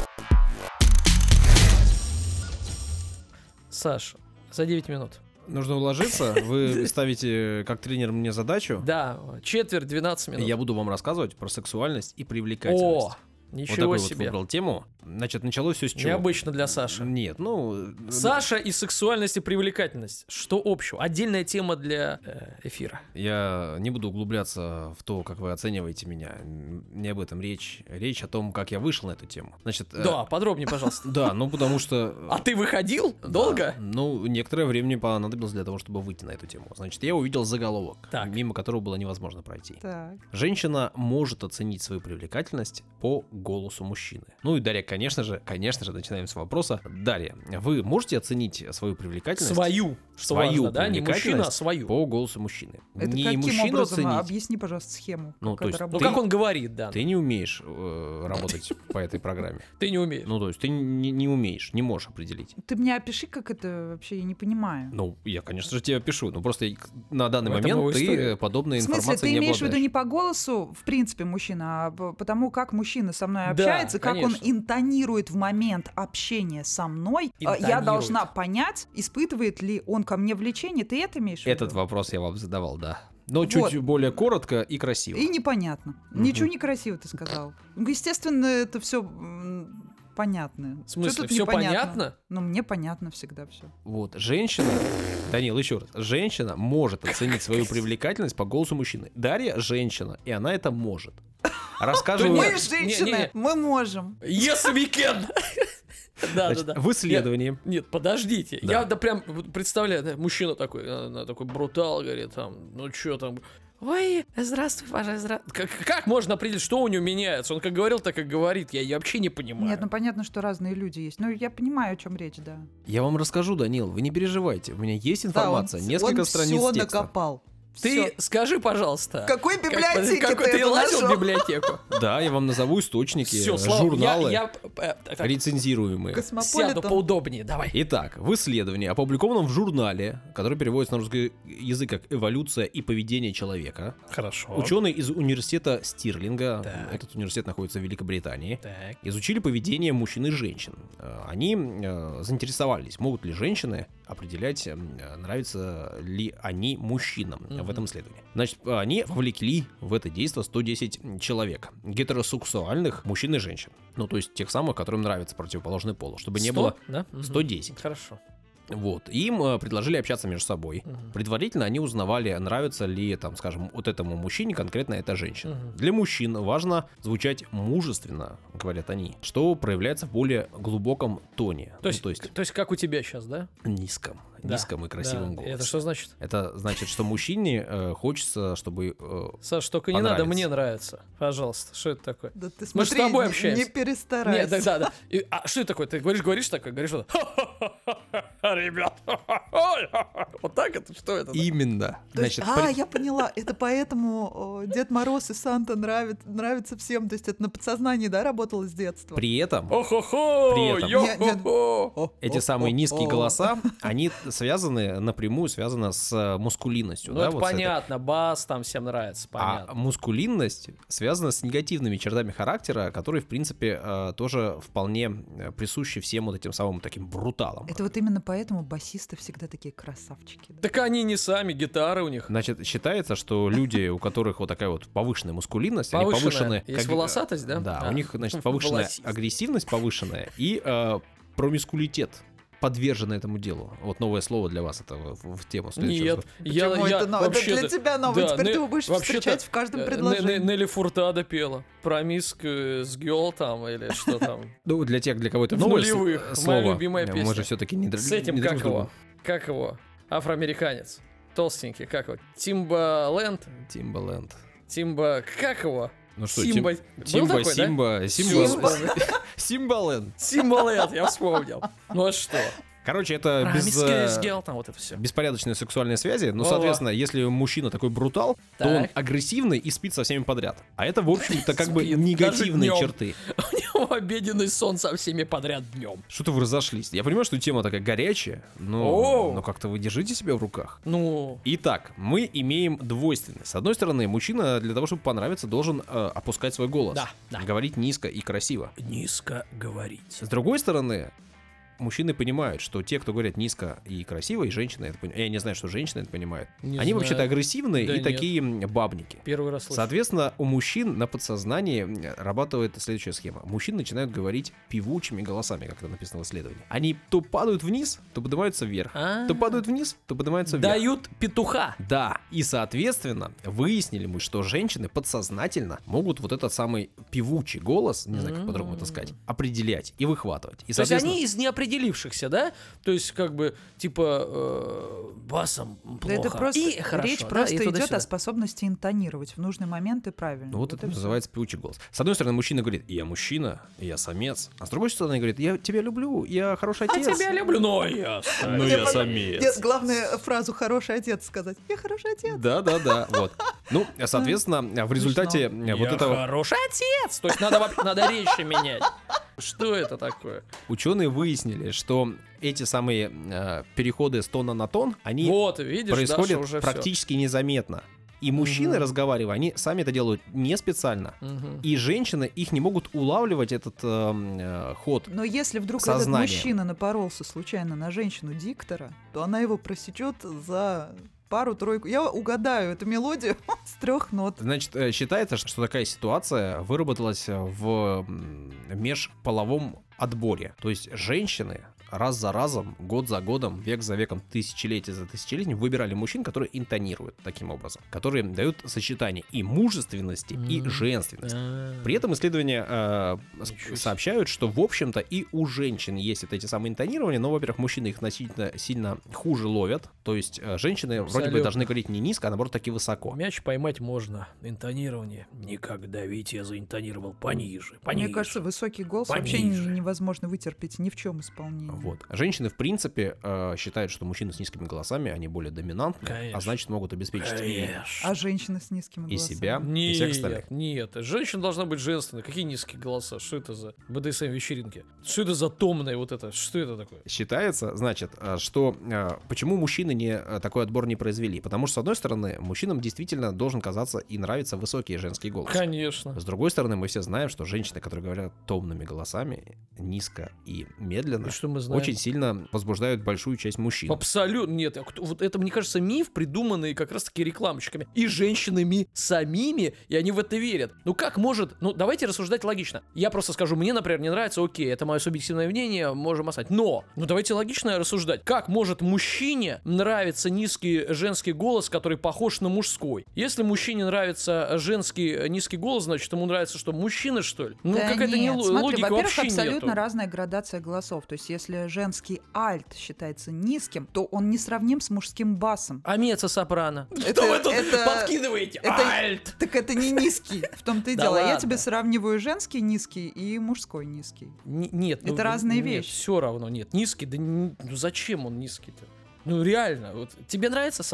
Саш, за 9 минут. Нужно уложиться. Вы ставите как тренер мне задачу. Да, четверть, 12 минут. Я буду вам рассказывать про сексуальность и привлекательность. О, ничего вот такой себе. Вот выбрал тему. Значит, началось все с чего? Необычно для Саши. Нет, Саша и сексуальность и привлекательность. Что общего? Отдельная тема для эфира. Я не буду углубляться в то, как вы оцениваете меня. Не об этом речь. Речь о том, как я вышел на эту тему. Значит, да, подробнее, пожалуйста. Да, потому что... А ты выходил? Долго? Некоторое время мне понадобилось для того, чтобы выйти на эту тему. Значит, я увидел заголовок, мимо которого было невозможно пройти. Так. Женщина может оценить свою привлекательность по голосу мужчины. Ну и Дарья, конечно же, начинаем с вопроса. Дарья, вы можете оценить свою привлекательность? Свою важно, да? Не мужчина, а свою. По голосу мужчины. Это не каким мужчину образом? оценить. Объясни, пожалуйста, схему. Как он говорит, да. Ты не умеешь работать по этой программе. Ты не умеешь. Ну, то есть ты не умеешь, не можешь определить. Ты мне опиши, как это вообще, я не понимаю. Ну, я, конечно же, тебе опишу. Но просто на данный момент ты подобной информацией не обладаешь. В смысле, ты имеешь в виду не по голосу, в принципе, мужчина, а потому как мужчина со мной общается, как он интонирует в момент общения со мной. Я должна понять, испытывает ли он ко мне влечение. Ты это имеешь в виду? Этот вопрос я вам задавал, да. Но чуть более коротко и красиво. И непонятно. Ничего не красиво ты сказал. Естественно, это все понятно. В смысле, все понятно? Ну, мне понятно всегда все. Вот, женщина, Данил, еще раз, женщина может оценить свою привлекательность по голосу мужчины. Дарья женщина, и она это может. Рассказываю. Мы женщины, мы можем. Yes, we can. Да. В исследовании. Нет, подождите. Я прям представляю, мужчина такой брутал, говорит, там, ну что там. Ой, здравствуй, пожалуйста. Как можно определить, что у него меняется? Он как говорил, так и говорит. Я вообще не понимаю. Нет, ну понятно, что разные люди есть. Ну, я понимаю, о чем речь, да. Я вам расскажу, Данил, вы не переживайте. У меня есть информация, несколько страниц текста. Он накопал. Ты скажи, пожалуйста. В какой библиотеке ты лазил в библиотеку? Да, я вам назову источники, журналы, рецензируемые. Сяду поудобнее, давай. Итак, в исследовании, опубликованном в журнале, который переводится на русский язык как «Эволюция и поведение человека», хорошо, ученые из университета Стирлинга, этот университет находится в Великобритании, изучили поведение мужчин и женщин. Они заинтересовались, могут ли женщины определять, нравятся ли они мужчинам в этом исследовании. Значит, они вовлекли в это действие 110 человек, гетеросексуальных мужчин и женщин. Ну, то есть тех самых, которым нравится противоположный пол, чтобы не было 110. Хорошо. Вот. Им предложили общаться между собой. Предварительно они узнавали, нравится ли, там, скажем, вот этому мужчине конкретно эта женщина. Для мужчин важно звучать мужественно, говорят они, что проявляется в более глубоком тоне. То есть как у тебя сейчас, да? Низком и красивым голосом. Это что значит? Это значит, что мужчине хочется, чтобы Саш, только не надо мне нравится. Пожалуйста, что это такое? Да ты смотри, мы с тобой общаемся. Не перестарайся. Нет, да. А что это такое? Ты говоришь такое? Говоришь что? Ребят. Вот так это? Что это? Именно. Значит, я поняла. Это поэтому Дед Мороз и Санта нравятся всем. То есть это на подсознании, да, работало с детства? При этом эти самые низкие голоса, они напрямую связано с мускулинностью. Ну, да, это вот понятно, бас там всем нравится, понятно. А мускулинность связана с негативными чертами характера, которые, в принципе, тоже вполне присущи всем вот этим самым таким бруталам. Это вот именно поэтому басисты всегда такие красавчики. Да? Так они не сами, гитары у них. Значит, считается, что люди, у которых вот такая вот повышенная мускулинность, они повышенная... Есть волосатость, да? Да, у них, значит, повышенная агрессивность повышенная и промискулитет подвержены этому делу. Вот новое слово для вас, это в тему. Нет, это для тебя новое, теперь ты его будешь встречать в каждом предложении. Нелли Фуртадо пела. Промискус гёл там, или что там. Ну, для тех, для кого это новое слово. Моя любимая песня. Мы же все-таки не с этим, как его? Афроамериканец. Толстенький, как его? Тимбаленд? Как его? Ну что, Симба, Симбаленд, я вспомнил. Ну а что? Короче, это беспорядочные сексуальные связи. Ну, соответственно, если мужчина такой брутал, то он агрессивный и спит со всеми подряд. А это, в общем-то, как бы негативные черты. У него обеденный сон со всеми подряд днем. Что-то вы разошлись. Я понимаю, что тема такая горячая, но как-то вы держите себя в руках. Ну. Итак, мы имеем двойственность. С одной стороны, мужчина для того, чтобы понравиться, должен опускать свой голос. Да. Говорить низко и красиво. Низко говорить. С другой стороны, мужчины понимают, что те, кто говорят низко и красиво, и женщины это понимают. Я не знаю, что женщины это понимают. Они вообще-то агрессивные и такие бабники. Первый раз слышу. Соответственно, у мужчин на подсознании работает следующая схема. Мужчины начинают говорить певучими голосами, как это написано в исследовании. Они то падают вниз, то поднимаются вверх. То падают вниз, то поднимаются вверх. Дают петуха. Да. И, соответственно, выяснили мы, что женщины подсознательно могут вот этот самый певучий голос, не знаю, как по-другому это сказать, определять и выхватывать. И, то есть они из неопределившихся, да? То есть как бы типа басом плохо. Да это просто и хорошо, речь да? просто и идет о способности интонировать в нужный момент и правильно. Ну, вот это называется певучий голос. С одной стороны, мужчина говорит: я мужчина, я самец. А с другой стороны, говорит: я тебя люблю, я хороший отец. А тебя люблю, но я самец. Нет, главное фразу «хороший отец» сказать. Я хороший отец. Да, вот. Ну, соответственно, в результате вот этого... хороший отец! То есть надо речь менять. Что это такое? Ученые выяснили, что эти самые переходы с тона на тон, они происходят уже практически незаметно. И мужчины, разговаривая, они сами это делают не специально. И женщины их не могут улавливать, этот ход. Но если вдруг сознания. Этот мужчина напоролся случайно на женщину-диктора, то она его просечет за пару-тройку. Я угадаю эту мелодию с 3 нот. Значит, считается, что такая ситуация выработалась в межполовом отборе. То есть женщины раз за разом, год за годом, век за веком, тысячелетие за тысячелетием выбирали мужчин, которые интонируют таким образом, которые дают сочетание и мужественности, и женственности. При этом исследования сообщают, что, в общем-то, и у женщин есть вот эти самые интонирования, но, во-первых, мужчины их значительно сильно хуже ловят, то есть женщины вроде бы должны говорить не низко, а наоборот таки высоко. Мяч поймать можно, интонирование никогда, ведь я заинтонировал пониже. Мне кажется, высокий голос вообще невозможно вытерпеть ни в чем исполнении. Вот. Женщины, в принципе, считают, что мужчины с низкими голосами, они более доминантны, а значит, могут обеспечить А женщины с низкими голосами? И себя, и всех остальных. Нет, женщина должна быть женственной. Какие низкие голоса? Что это за БДСМ-вечеринки? Что это за томное вот это? Что это такое? Считается, значит, что почему мужчины такой отбор не произвели? Потому что, с одной стороны, мужчинам действительно должен казаться и нравиться высокий женский голос. Конечно. С другой стороны, мы все знаем, что женщины, которые говорят томными голосами, низко и медленно, очень сильно возбуждают большую часть мужчин. Абсолютно нет. Вот это, мне кажется, миф, придуманный как раз-таки рекламщиками и женщинами самими, и они в это верят. Ну как может... Ну давайте рассуждать логично. Я просто скажу, мне, например, не нравится, окей, это мое субъективное мнение, можем оставить. Но, ну давайте логично рассуждать. Как может мужчине нравиться низкий женский голос, который похож на мужской? Если мужчине нравится женский низкий голос, значит, ему нравится что, мужчина, что ли? Ну да какая-то логика вообще нету. Абсолютно разная градация голосов. То есть если женский альт считается низким, то он не сравним с мужским басом. А меццо-сопрано? Что вы тут подкидываете? Альт! Так это не низкий, в том-то и дело. Я тебе сравниваю женский низкий и мужской низкий. Нет. Это разные вещи. Все равно нет. Низкий, да зачем он низкий-то? Ну реально. Вот тебе нравится, Саш?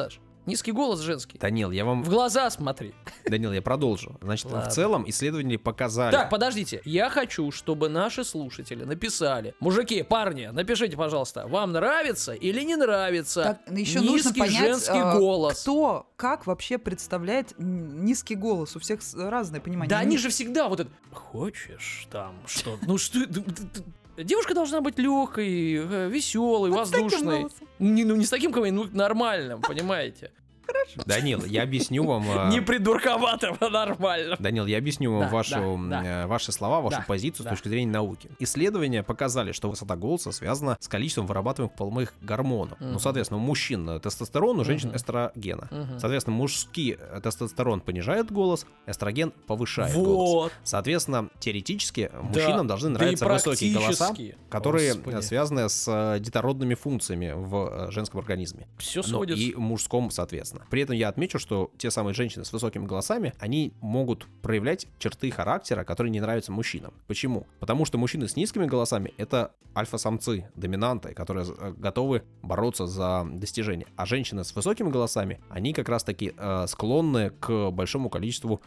Низкий голос женский. Данил, я вам... В глаза смотри. Данил, я продолжу. Значит, Ладно. в целом исследователи показали... Так, подождите. Я хочу, чтобы наши слушатели написали. Мужики, парни, напишите, пожалуйста, вам нравится или не нравится Так, еще нужно низкий понять, женский голос? кто, как вообще представляет низкий голос. У всех разное понимание. Да они же всегда вот это... Хочешь там что? Ну что... Девушка должна быть легкой, веселой, Вот с таким воздушной. голосом. Не с таким, ну, нормальным, понимаете? Данил, я объясню вам... Не придурковатым, а нормальным. Данил, я объясню вам ваши слова, вашу позицию с точки зрения науки. Исследования показали, что высота голоса связана с количеством вырабатываемых половых гормонов. Ну, соответственно, у мужчин тестостерон, у женщин эстрогена. Соответственно, мужский тестостерон понижает голос, эстроген повышает голос. Соответственно, теоретически мужчинам должны нравиться высокие голоса, которые связаны с детородными функциями в женском организме. Все сходится. И мужском, соответственно. При этом я отмечу, что те самые женщины с высокими голосами, они могут проявлять черты характера, которые не нравятся мужчинам. Почему? Потому что мужчины с низкими голосами — это альфа-самцы, доминанты, которые готовы бороться за достижения. А женщины с высокими голосами, они как раз-таки склонны к большому количеству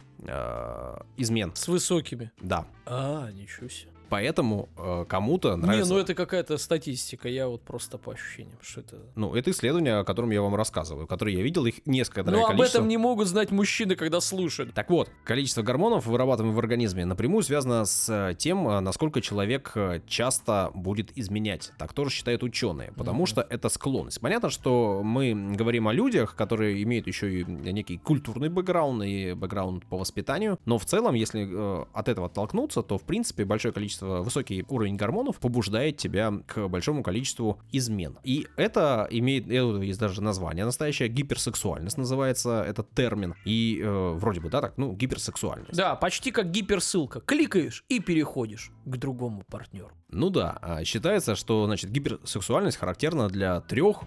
измен. С высокими? Да. Ничего себе. Поэтому кому-то нравится... Не, ну это какая-то статистика, я вот просто по ощущениям, что это... Ну, это исследование, о котором я вам рассказываю, которые я видел, их несколько количество. Но об этом не могут знать мужчины, когда слушают. Так вот, количество гормонов, вырабатываемых в организме, напрямую связано с тем, насколько человек часто будет изменять. Так тоже считают ученые, потому что это склонность. Понятно, что мы говорим о людях, которые имеют еще и некий культурный бэкграунд и бэкграунд по воспитанию, но в целом, если от этого оттолкнуться, то, в принципе, большое количество, высокий уровень гормонов побуждает тебя к большому количеству измен. И это имеет, есть даже название настоящее, гиперсексуальность называется этот термин. И вроде бы, да, так, ну, гиперсексуальность. Да, почти как гиперссылка. Кликаешь и переходишь к другому партнеру. Ну да, считается, что, значит, гиперсексуальность характерна для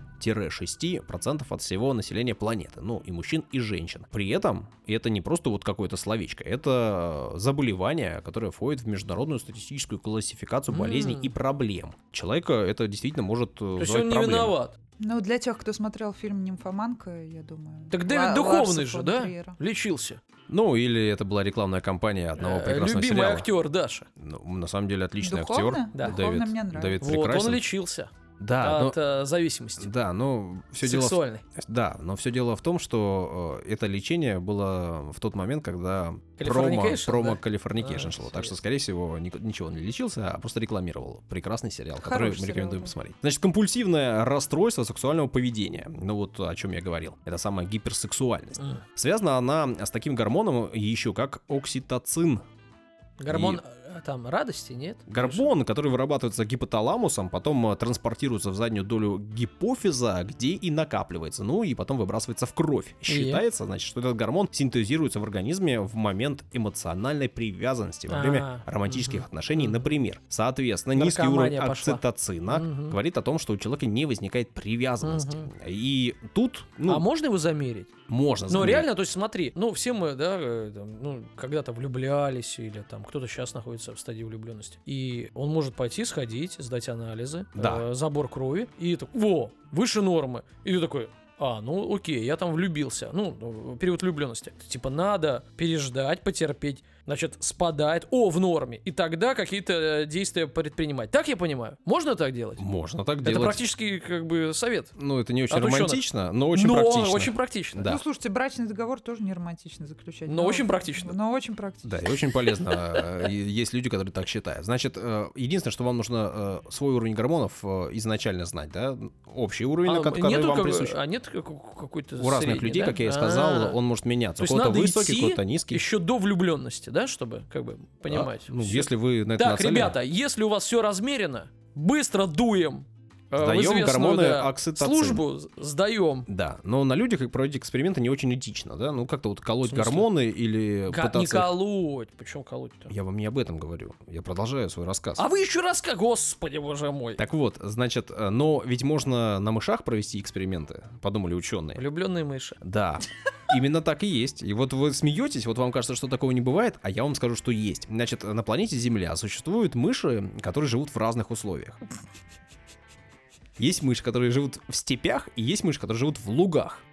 3-6% от всего населения планеты, ну и мужчин, и женщин. При этом это не просто вот какое-то словечко, это заболевание, которое входит в международную статистическую классификацию болезней и проблем. Человека это действительно может То есть он не виноват. Ну, для тех, кто смотрел фильм «Нимфоманка», я думаю... Так Дэвид Духовный же, да? Лечился. Ну, или это была рекламная кампания одного прекрасного любимый сериала. актер Даша. Ну, на самом деле отличный Духовно? актер. Да. Духовно мне нравится. Давид Вот, прекрасен. он лечился. Да, от зависимости. Да, но все сексуальной. но все дело в том, что это лечение было в тот момент, когда промо Californication шло. Так что, скорее всего, ничего не лечился, а просто рекламировал прекрасный сериал, который мы рекомендуем посмотреть. Значит, компульсивное расстройство сексуального поведения. Ну вот о чем я говорил. Это самая гиперсексуальность. Связана она с таким гормоном еще как окситоцин. Гормон там радости, нет? Гормон, который вырабатывается гипоталамусом, потом транспортируется в заднюю долю гипофиза, где и накапливается, ну и потом выбрасывается в кровь. Считается, значит, что этот гормон синтезируется в организме в момент эмоциональной привязанности во время романтических отношений, например. Соответственно, низкий уровень окситоцина говорит о том, что у человека не возникает привязанности. И тут... А можно его замерить? Можно замерить. Но реально, то есть смотри, ну все мы, да, ну, когда-то влюблялись или там кто-то сейчас находится в стадии влюбленности. И он может пойти, сходить, сдать анализы, забор крови, и так, выше нормы. И ты такой, ну окей, я там влюбился. Ну, период влюбленности. Типа надо переждать, потерпеть. Значит, спадает, в норме. И тогда какие-то действия предпринимать. Так я понимаю? Можно так делать? Можно так делать. Это практически как бы совет. Ну, это не очень романтично, но очень практично. очень практично. Да. Ну, слушайте, брачный договор тоже не романтично заключать. Но очень практично. Но очень практично. Да, и очень полезно. Есть люди, которые так считают. Значит, единственное, что вам нужно свой уровень гормонов изначально знать, да? Общий уровень, который вам присущ. А нет какой-то у разных людей, как я и сказал, он может меняться. У кого-то высокий, у кого-то низкий. Еще до влюбленности, да, чтобы как бы понимать. Ну, если вы на это так, нацелены. ребята, если у вас все размерено, быстро дуем. Сдаем гормоны окситоцин. Службу сдаем. Да, но на людях проводить эксперименты не очень этично, да? Ну, как-то вот колоть гормоны или пытаться... Не колоть. Почему колоть-то? Я вам не об этом говорю. Я продолжаю свой рассказ. А вы еще Господи, боже мой. Так вот, значит, но ведь можно на мышах провести эксперименты, подумали ученые. Влюбленные мыши. Да. Именно так и есть. И вот вы смеетесь, вот вам кажется, что такого не бывает, а я вам скажу, что есть. Значит, на планете Земля существуют мыши, которые живут в разных условиях. Есть мыши, которые живут в степях, и есть мыши, которые живут в лугах.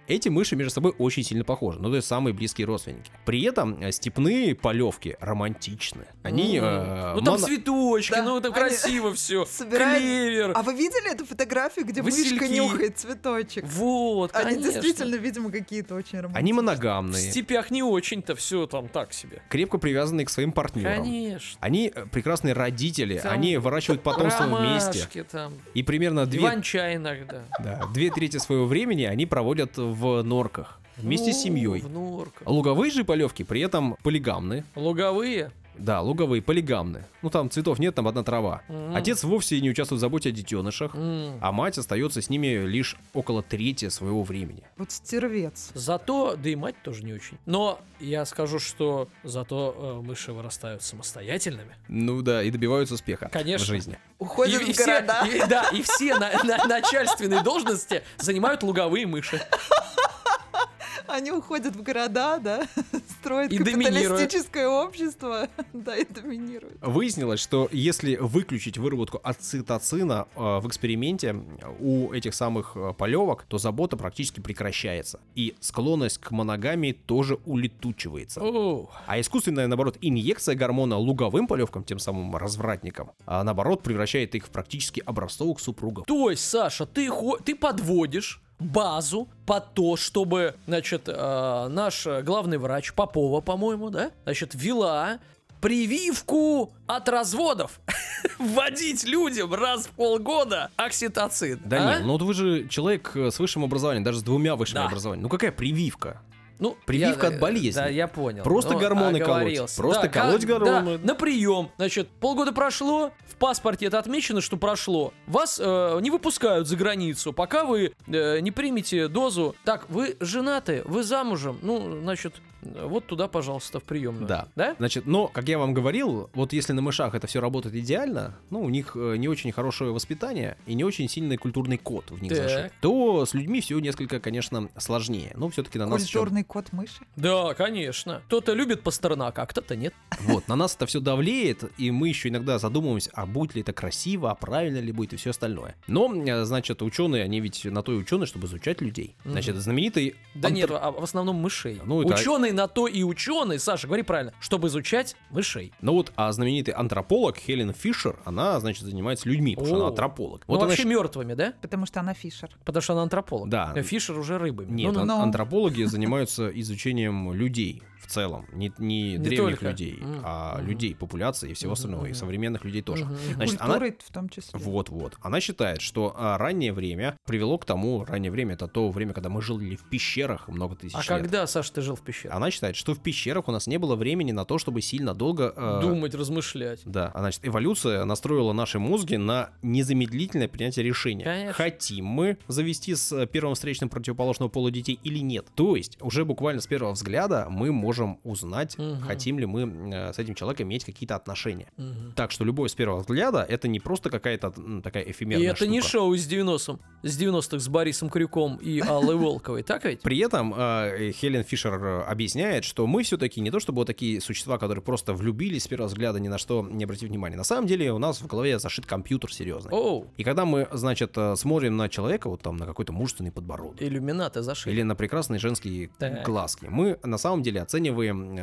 Эти мыши между собой очень сильно похожи, ну то есть самые близкие родственники. При этом степные полевки романтичны. Они... Ну там цветочки, Да, ну там они красиво все. собирают- Клевер. А вы видели эту фотографию, где Васильки. мышка нюхает цветочек? Вот, Они конечно. действительно, видимо, какие-то очень романтичные. Они В моногамные, степях не очень-то все там так себе. крепко привязанные к своим партнерам. Конечно. Они прекрасные родители, Там они выращивают потомство вместе. Ромашки там. И примерно Иван-чай иногда. 2/3 своего времени они проводят в норках вместе с семьей. В норках. Луговые же полевки при этом полигамны. Луговые. Да, луговые, полигамны. Ну там цветов нет, там одна трава. Отец вовсе не участвует в заботе о детенышах, а мать остается с ними лишь около трети своего времени. Вот стервец. Зато, да и мать тоже не очень. Но я скажу, что зато мыши вырастают самостоятельными. Ну да, и добиваются успеха Конечно. в жизни. Уходят в города. И все начальственные должности занимают луговые мыши. Они уходят в города, да, строят И доминируют. капиталистическое общество, да, и доминируют. Выяснилось, что если выключить выработку ацетоцина в эксперименте у этих самых полевок, то забота практически прекращается. И склонность к моногамии тоже улетучивается. О, А искусственная, наоборот, инъекция гормона луговым полевкам, тем самым развратникам, наоборот, превращает их в практически образцовых супругов. то есть, Саша, ты подводишь базу под то, чтобы, значит, наш главный врач Попова, по-моему, да, значит, ввела прививку от разводов. Вводить людям раз в полгода окситоцин. Да нет, ну вот вы же человек с высшим образованием, даже с 2 высшими Да. образованиями. Ну какая прививка? Ну, Прививка от болезни. Да, я понял. Просто Ну, гормоны колоть. оговорился. Просто Да, колоть гормоны. Да, на прием. Значит, полгода прошло, в паспорте это отмечено, что прошло. Вас не выпускают за границу, пока вы не примете дозу. Так, вы женаты, вы замужем. Ну, значит, вот туда, пожалуйста, в приемную. Да. Да? Значит, но, как я вам говорил, вот если на мышах это все работает идеально, ну, у них не очень хорошее воспитание и не очень сильный культурный код в них Так. зашит, то с людьми все несколько, конечно, сложнее. Но все-таки на нас еще... Культурный кот мыши. Да, конечно. Кто-то любит Пастернака, а кто-то нет. Вот, на нас это все давлеет, и мы еще иногда задумываемся, а будет ли это красиво, а правильно ли будет и все остальное. Но, значит, ученые, они ведь на то и ученые, чтобы изучать людей. Значит, знаменитый... Да нет, а в основном мышей. Ну, это- Ученый на то и ученый, Саша, говори правильно, чтобы изучать мышей. Ну вот, а знаменитый антрополог Хелен Фишер, она, значит, занимается людьми, потому что она О. антрополог. Ну, Вот она вообще щ- мертвыми, да? Потому что она Фишер. Потому что она антрополог. Да. А Фишер уже рыбами. Нет, Ну-ну. Ну. антропологи занимаются изучением людей в целом, не древних только. людей, а людей, популяции и всего остального, и современных людей тоже. Мгм. Значит, она... Культурой в том числе. Вот. Она считает, что раннее время привело к тому, раннее время это то время, когда мы жили в пещерах много тысяч А лет. когда, Саша, ты жил в пещере? Она считает, что в пещерах у нас не было времени на то, чтобы сильно долго... Думать, размышлять. Да, значит, эволюция настроила наши мозги на незамедлительное принятие решения. Конечно. Хотим мы завести с первым встречным противоположного пола детей или нет. То есть, уже буквально с первого взгляда мы можем узнать, хотим ли мы с этим человеком иметь какие-то отношения. Так что любовь с первого взгляда — это не просто какая-то такая И эфемерная это не штука. шоу из 90-х с Борисом Крюком и Аллой Волковой, так ведь? При этом Хелен Фишер объясняет, что мы все-таки не то чтобы вот такие существа, которые просто влюбились с первого взгляда, ни на что не обратив внимания. На самом деле у нас в голове зашит компьютер серьезный. Оу, И когда мы, значит, смотрим на человека, вот там на какой-то мужественный подбородок, иллюминаты зашли. или на прекрасные женские Так. глазки, мы на самом деле оцениваем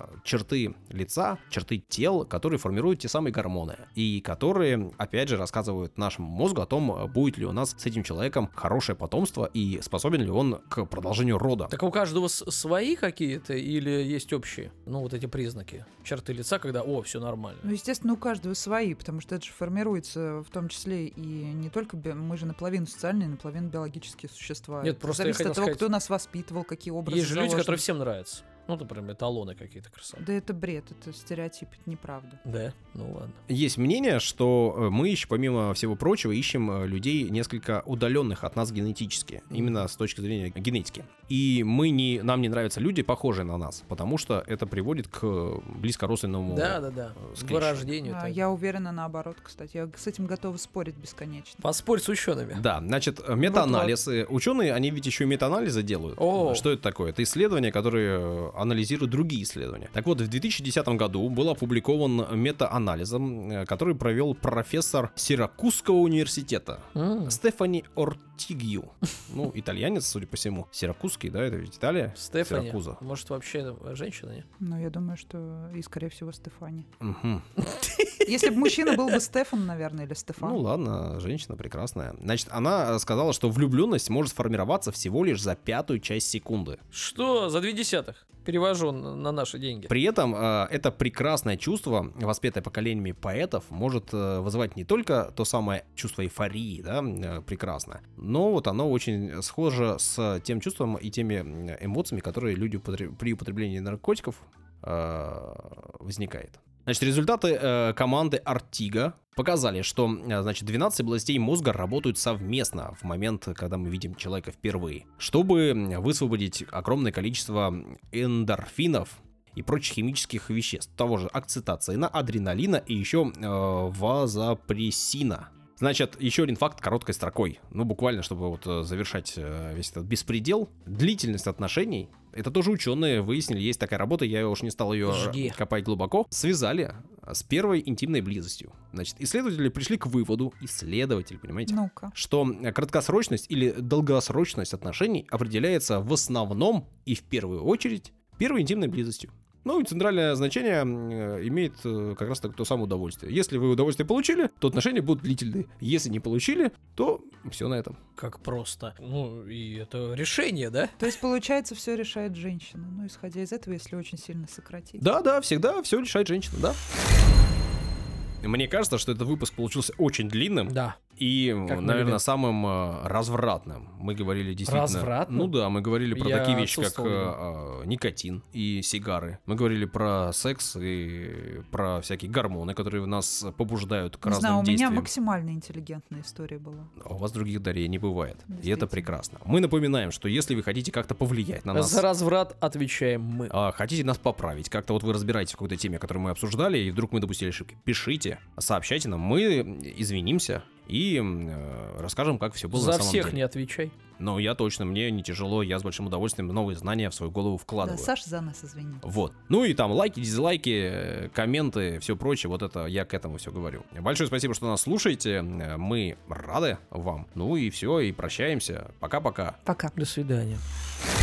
черты лица, черты тел, которые формируют те самые гормоны, и которые, опять же, рассказывают нашему мозгу о том, будет ли у нас с этим человеком хорошее потомство и способен ли он к продолжению рода. Так а у каждого свои какие-то или есть общие? Ну, вот эти признаки. Черты лица, когда, все нормально. Ну, естественно, у каждого свои, потому что это же формируется в том числе и не только... Мы же наполовину социальные, наполовину биологические существа. Нет, Это просто я зависит хотел от того, сказать, кто нас воспитывал, какие образы Есть же люди, заложены. которые всем нравятся. Ну, например, эталоны какие-то красоты. Да это бред, это стереотип, это неправда. Да, ну ладно. Есть мнение, что мы еще, помимо всего прочего, ищем людей несколько удаленных от нас генетически, именно с точки зрения генетики. И нам не нравятся люди, похожие на нас, потому что это приводит к близкородственному вырождению. Я уверена наоборот, кстати. Я с этим готова спорить бесконечно. Поспорь с учеными. Да, значит, метаанализы. Ученые, они ведь еще и метаанализы делают. Что это такое? Это исследования, которые анализируют другие исследования. Так вот, в 2010 году был опубликован метаанализом, который провел профессор Сиракузского университета Стефани Ортигью. Ну, итальянец, судя по всему. Сиракузский, да, это ведь Италия. Стефани. Сиракуза. Может, вообще женщина, не? Ну, я думаю, что и, скорее всего, Стефани. Если бы мужчина был бы Стефан, наверное, или Стефан. Ну ладно, женщина прекрасная. Значит, она сказала, что влюбленность может сформироваться всего лишь за 1/5 часть секунды. Что? За 0,2? Перевожу на наши деньги. При этом это прекрасное чувство, воспетое поколениями поэтов, может вызывать не только то самое чувство эйфории, да, прекрасное, но вот оно очень схоже с тем чувством и теми эмоциями, которые люди при употреблении наркотиков возникает. Значит, результаты команды Артига показали, что, значит, 12 областей мозга работают совместно в момент, когда мы видим человека впервые, чтобы высвободить огромное количество эндорфинов и прочих химических веществ, того же окситоцина, адреналина и еще вазопрессина. Значит, еще один факт короткой строкой. Ну, буквально, чтобы вот завершать весь этот беспредел. Длительность отношений. Это тоже ученые выяснили, есть такая работа, я уж не стал ее копать глубоко. Связали с первой интимной близостью. Значит, исследователи пришли к выводу, понимаете, что краткосрочность или долгосрочность отношений определяется в основном и в первую очередь первой интимной близостью. Ну и центральное значение имеет как раз то самое удовольствие. Если вы удовольствие получили, то отношения будут длительные. Если не получили, то все на этом. Как просто. Ну и это решение, да? То есть, получается, все решает женщина. Ну, исходя из этого, если очень сильно сократить. Да, всегда все решает женщина, да. Мне кажется, что этот выпуск получился очень длинным. Да. И, наверное, самым развратным. Мы говорили действительно... Развратным? Ну да, мы говорили про такие вещи, как никотин и сигары. Мы говорили про секс и про всякие гормоны, которые нас побуждают к разным действиям. У меня максимально интеллигентная история была. А у вас других, Дарья, не бывает. И это прекрасно. Мы напоминаем, что если вы хотите как-то повлиять на нас... За разврат отвечаем мы. Хотите нас поправить, как-то вот вы разбираетесь в какой-то теме, которую мы обсуждали, и вдруг мы допустили ошибки, пишите, сообщайте нам, мы извинимся и расскажем, как все было на самом деле. За всех не отвечай. Ну, я точно, мне не тяжело, я с большим удовольствием новые знания в свою голову вкладываю. Да, Саша за нас извини. Вот. Ну и там лайки, дизлайки, комменты, все прочее, вот это я к этому все говорю. Большое спасибо, что нас слушаете, мы рады вам. Ну и все, и прощаемся. Пока-пока. Пока. До свидания.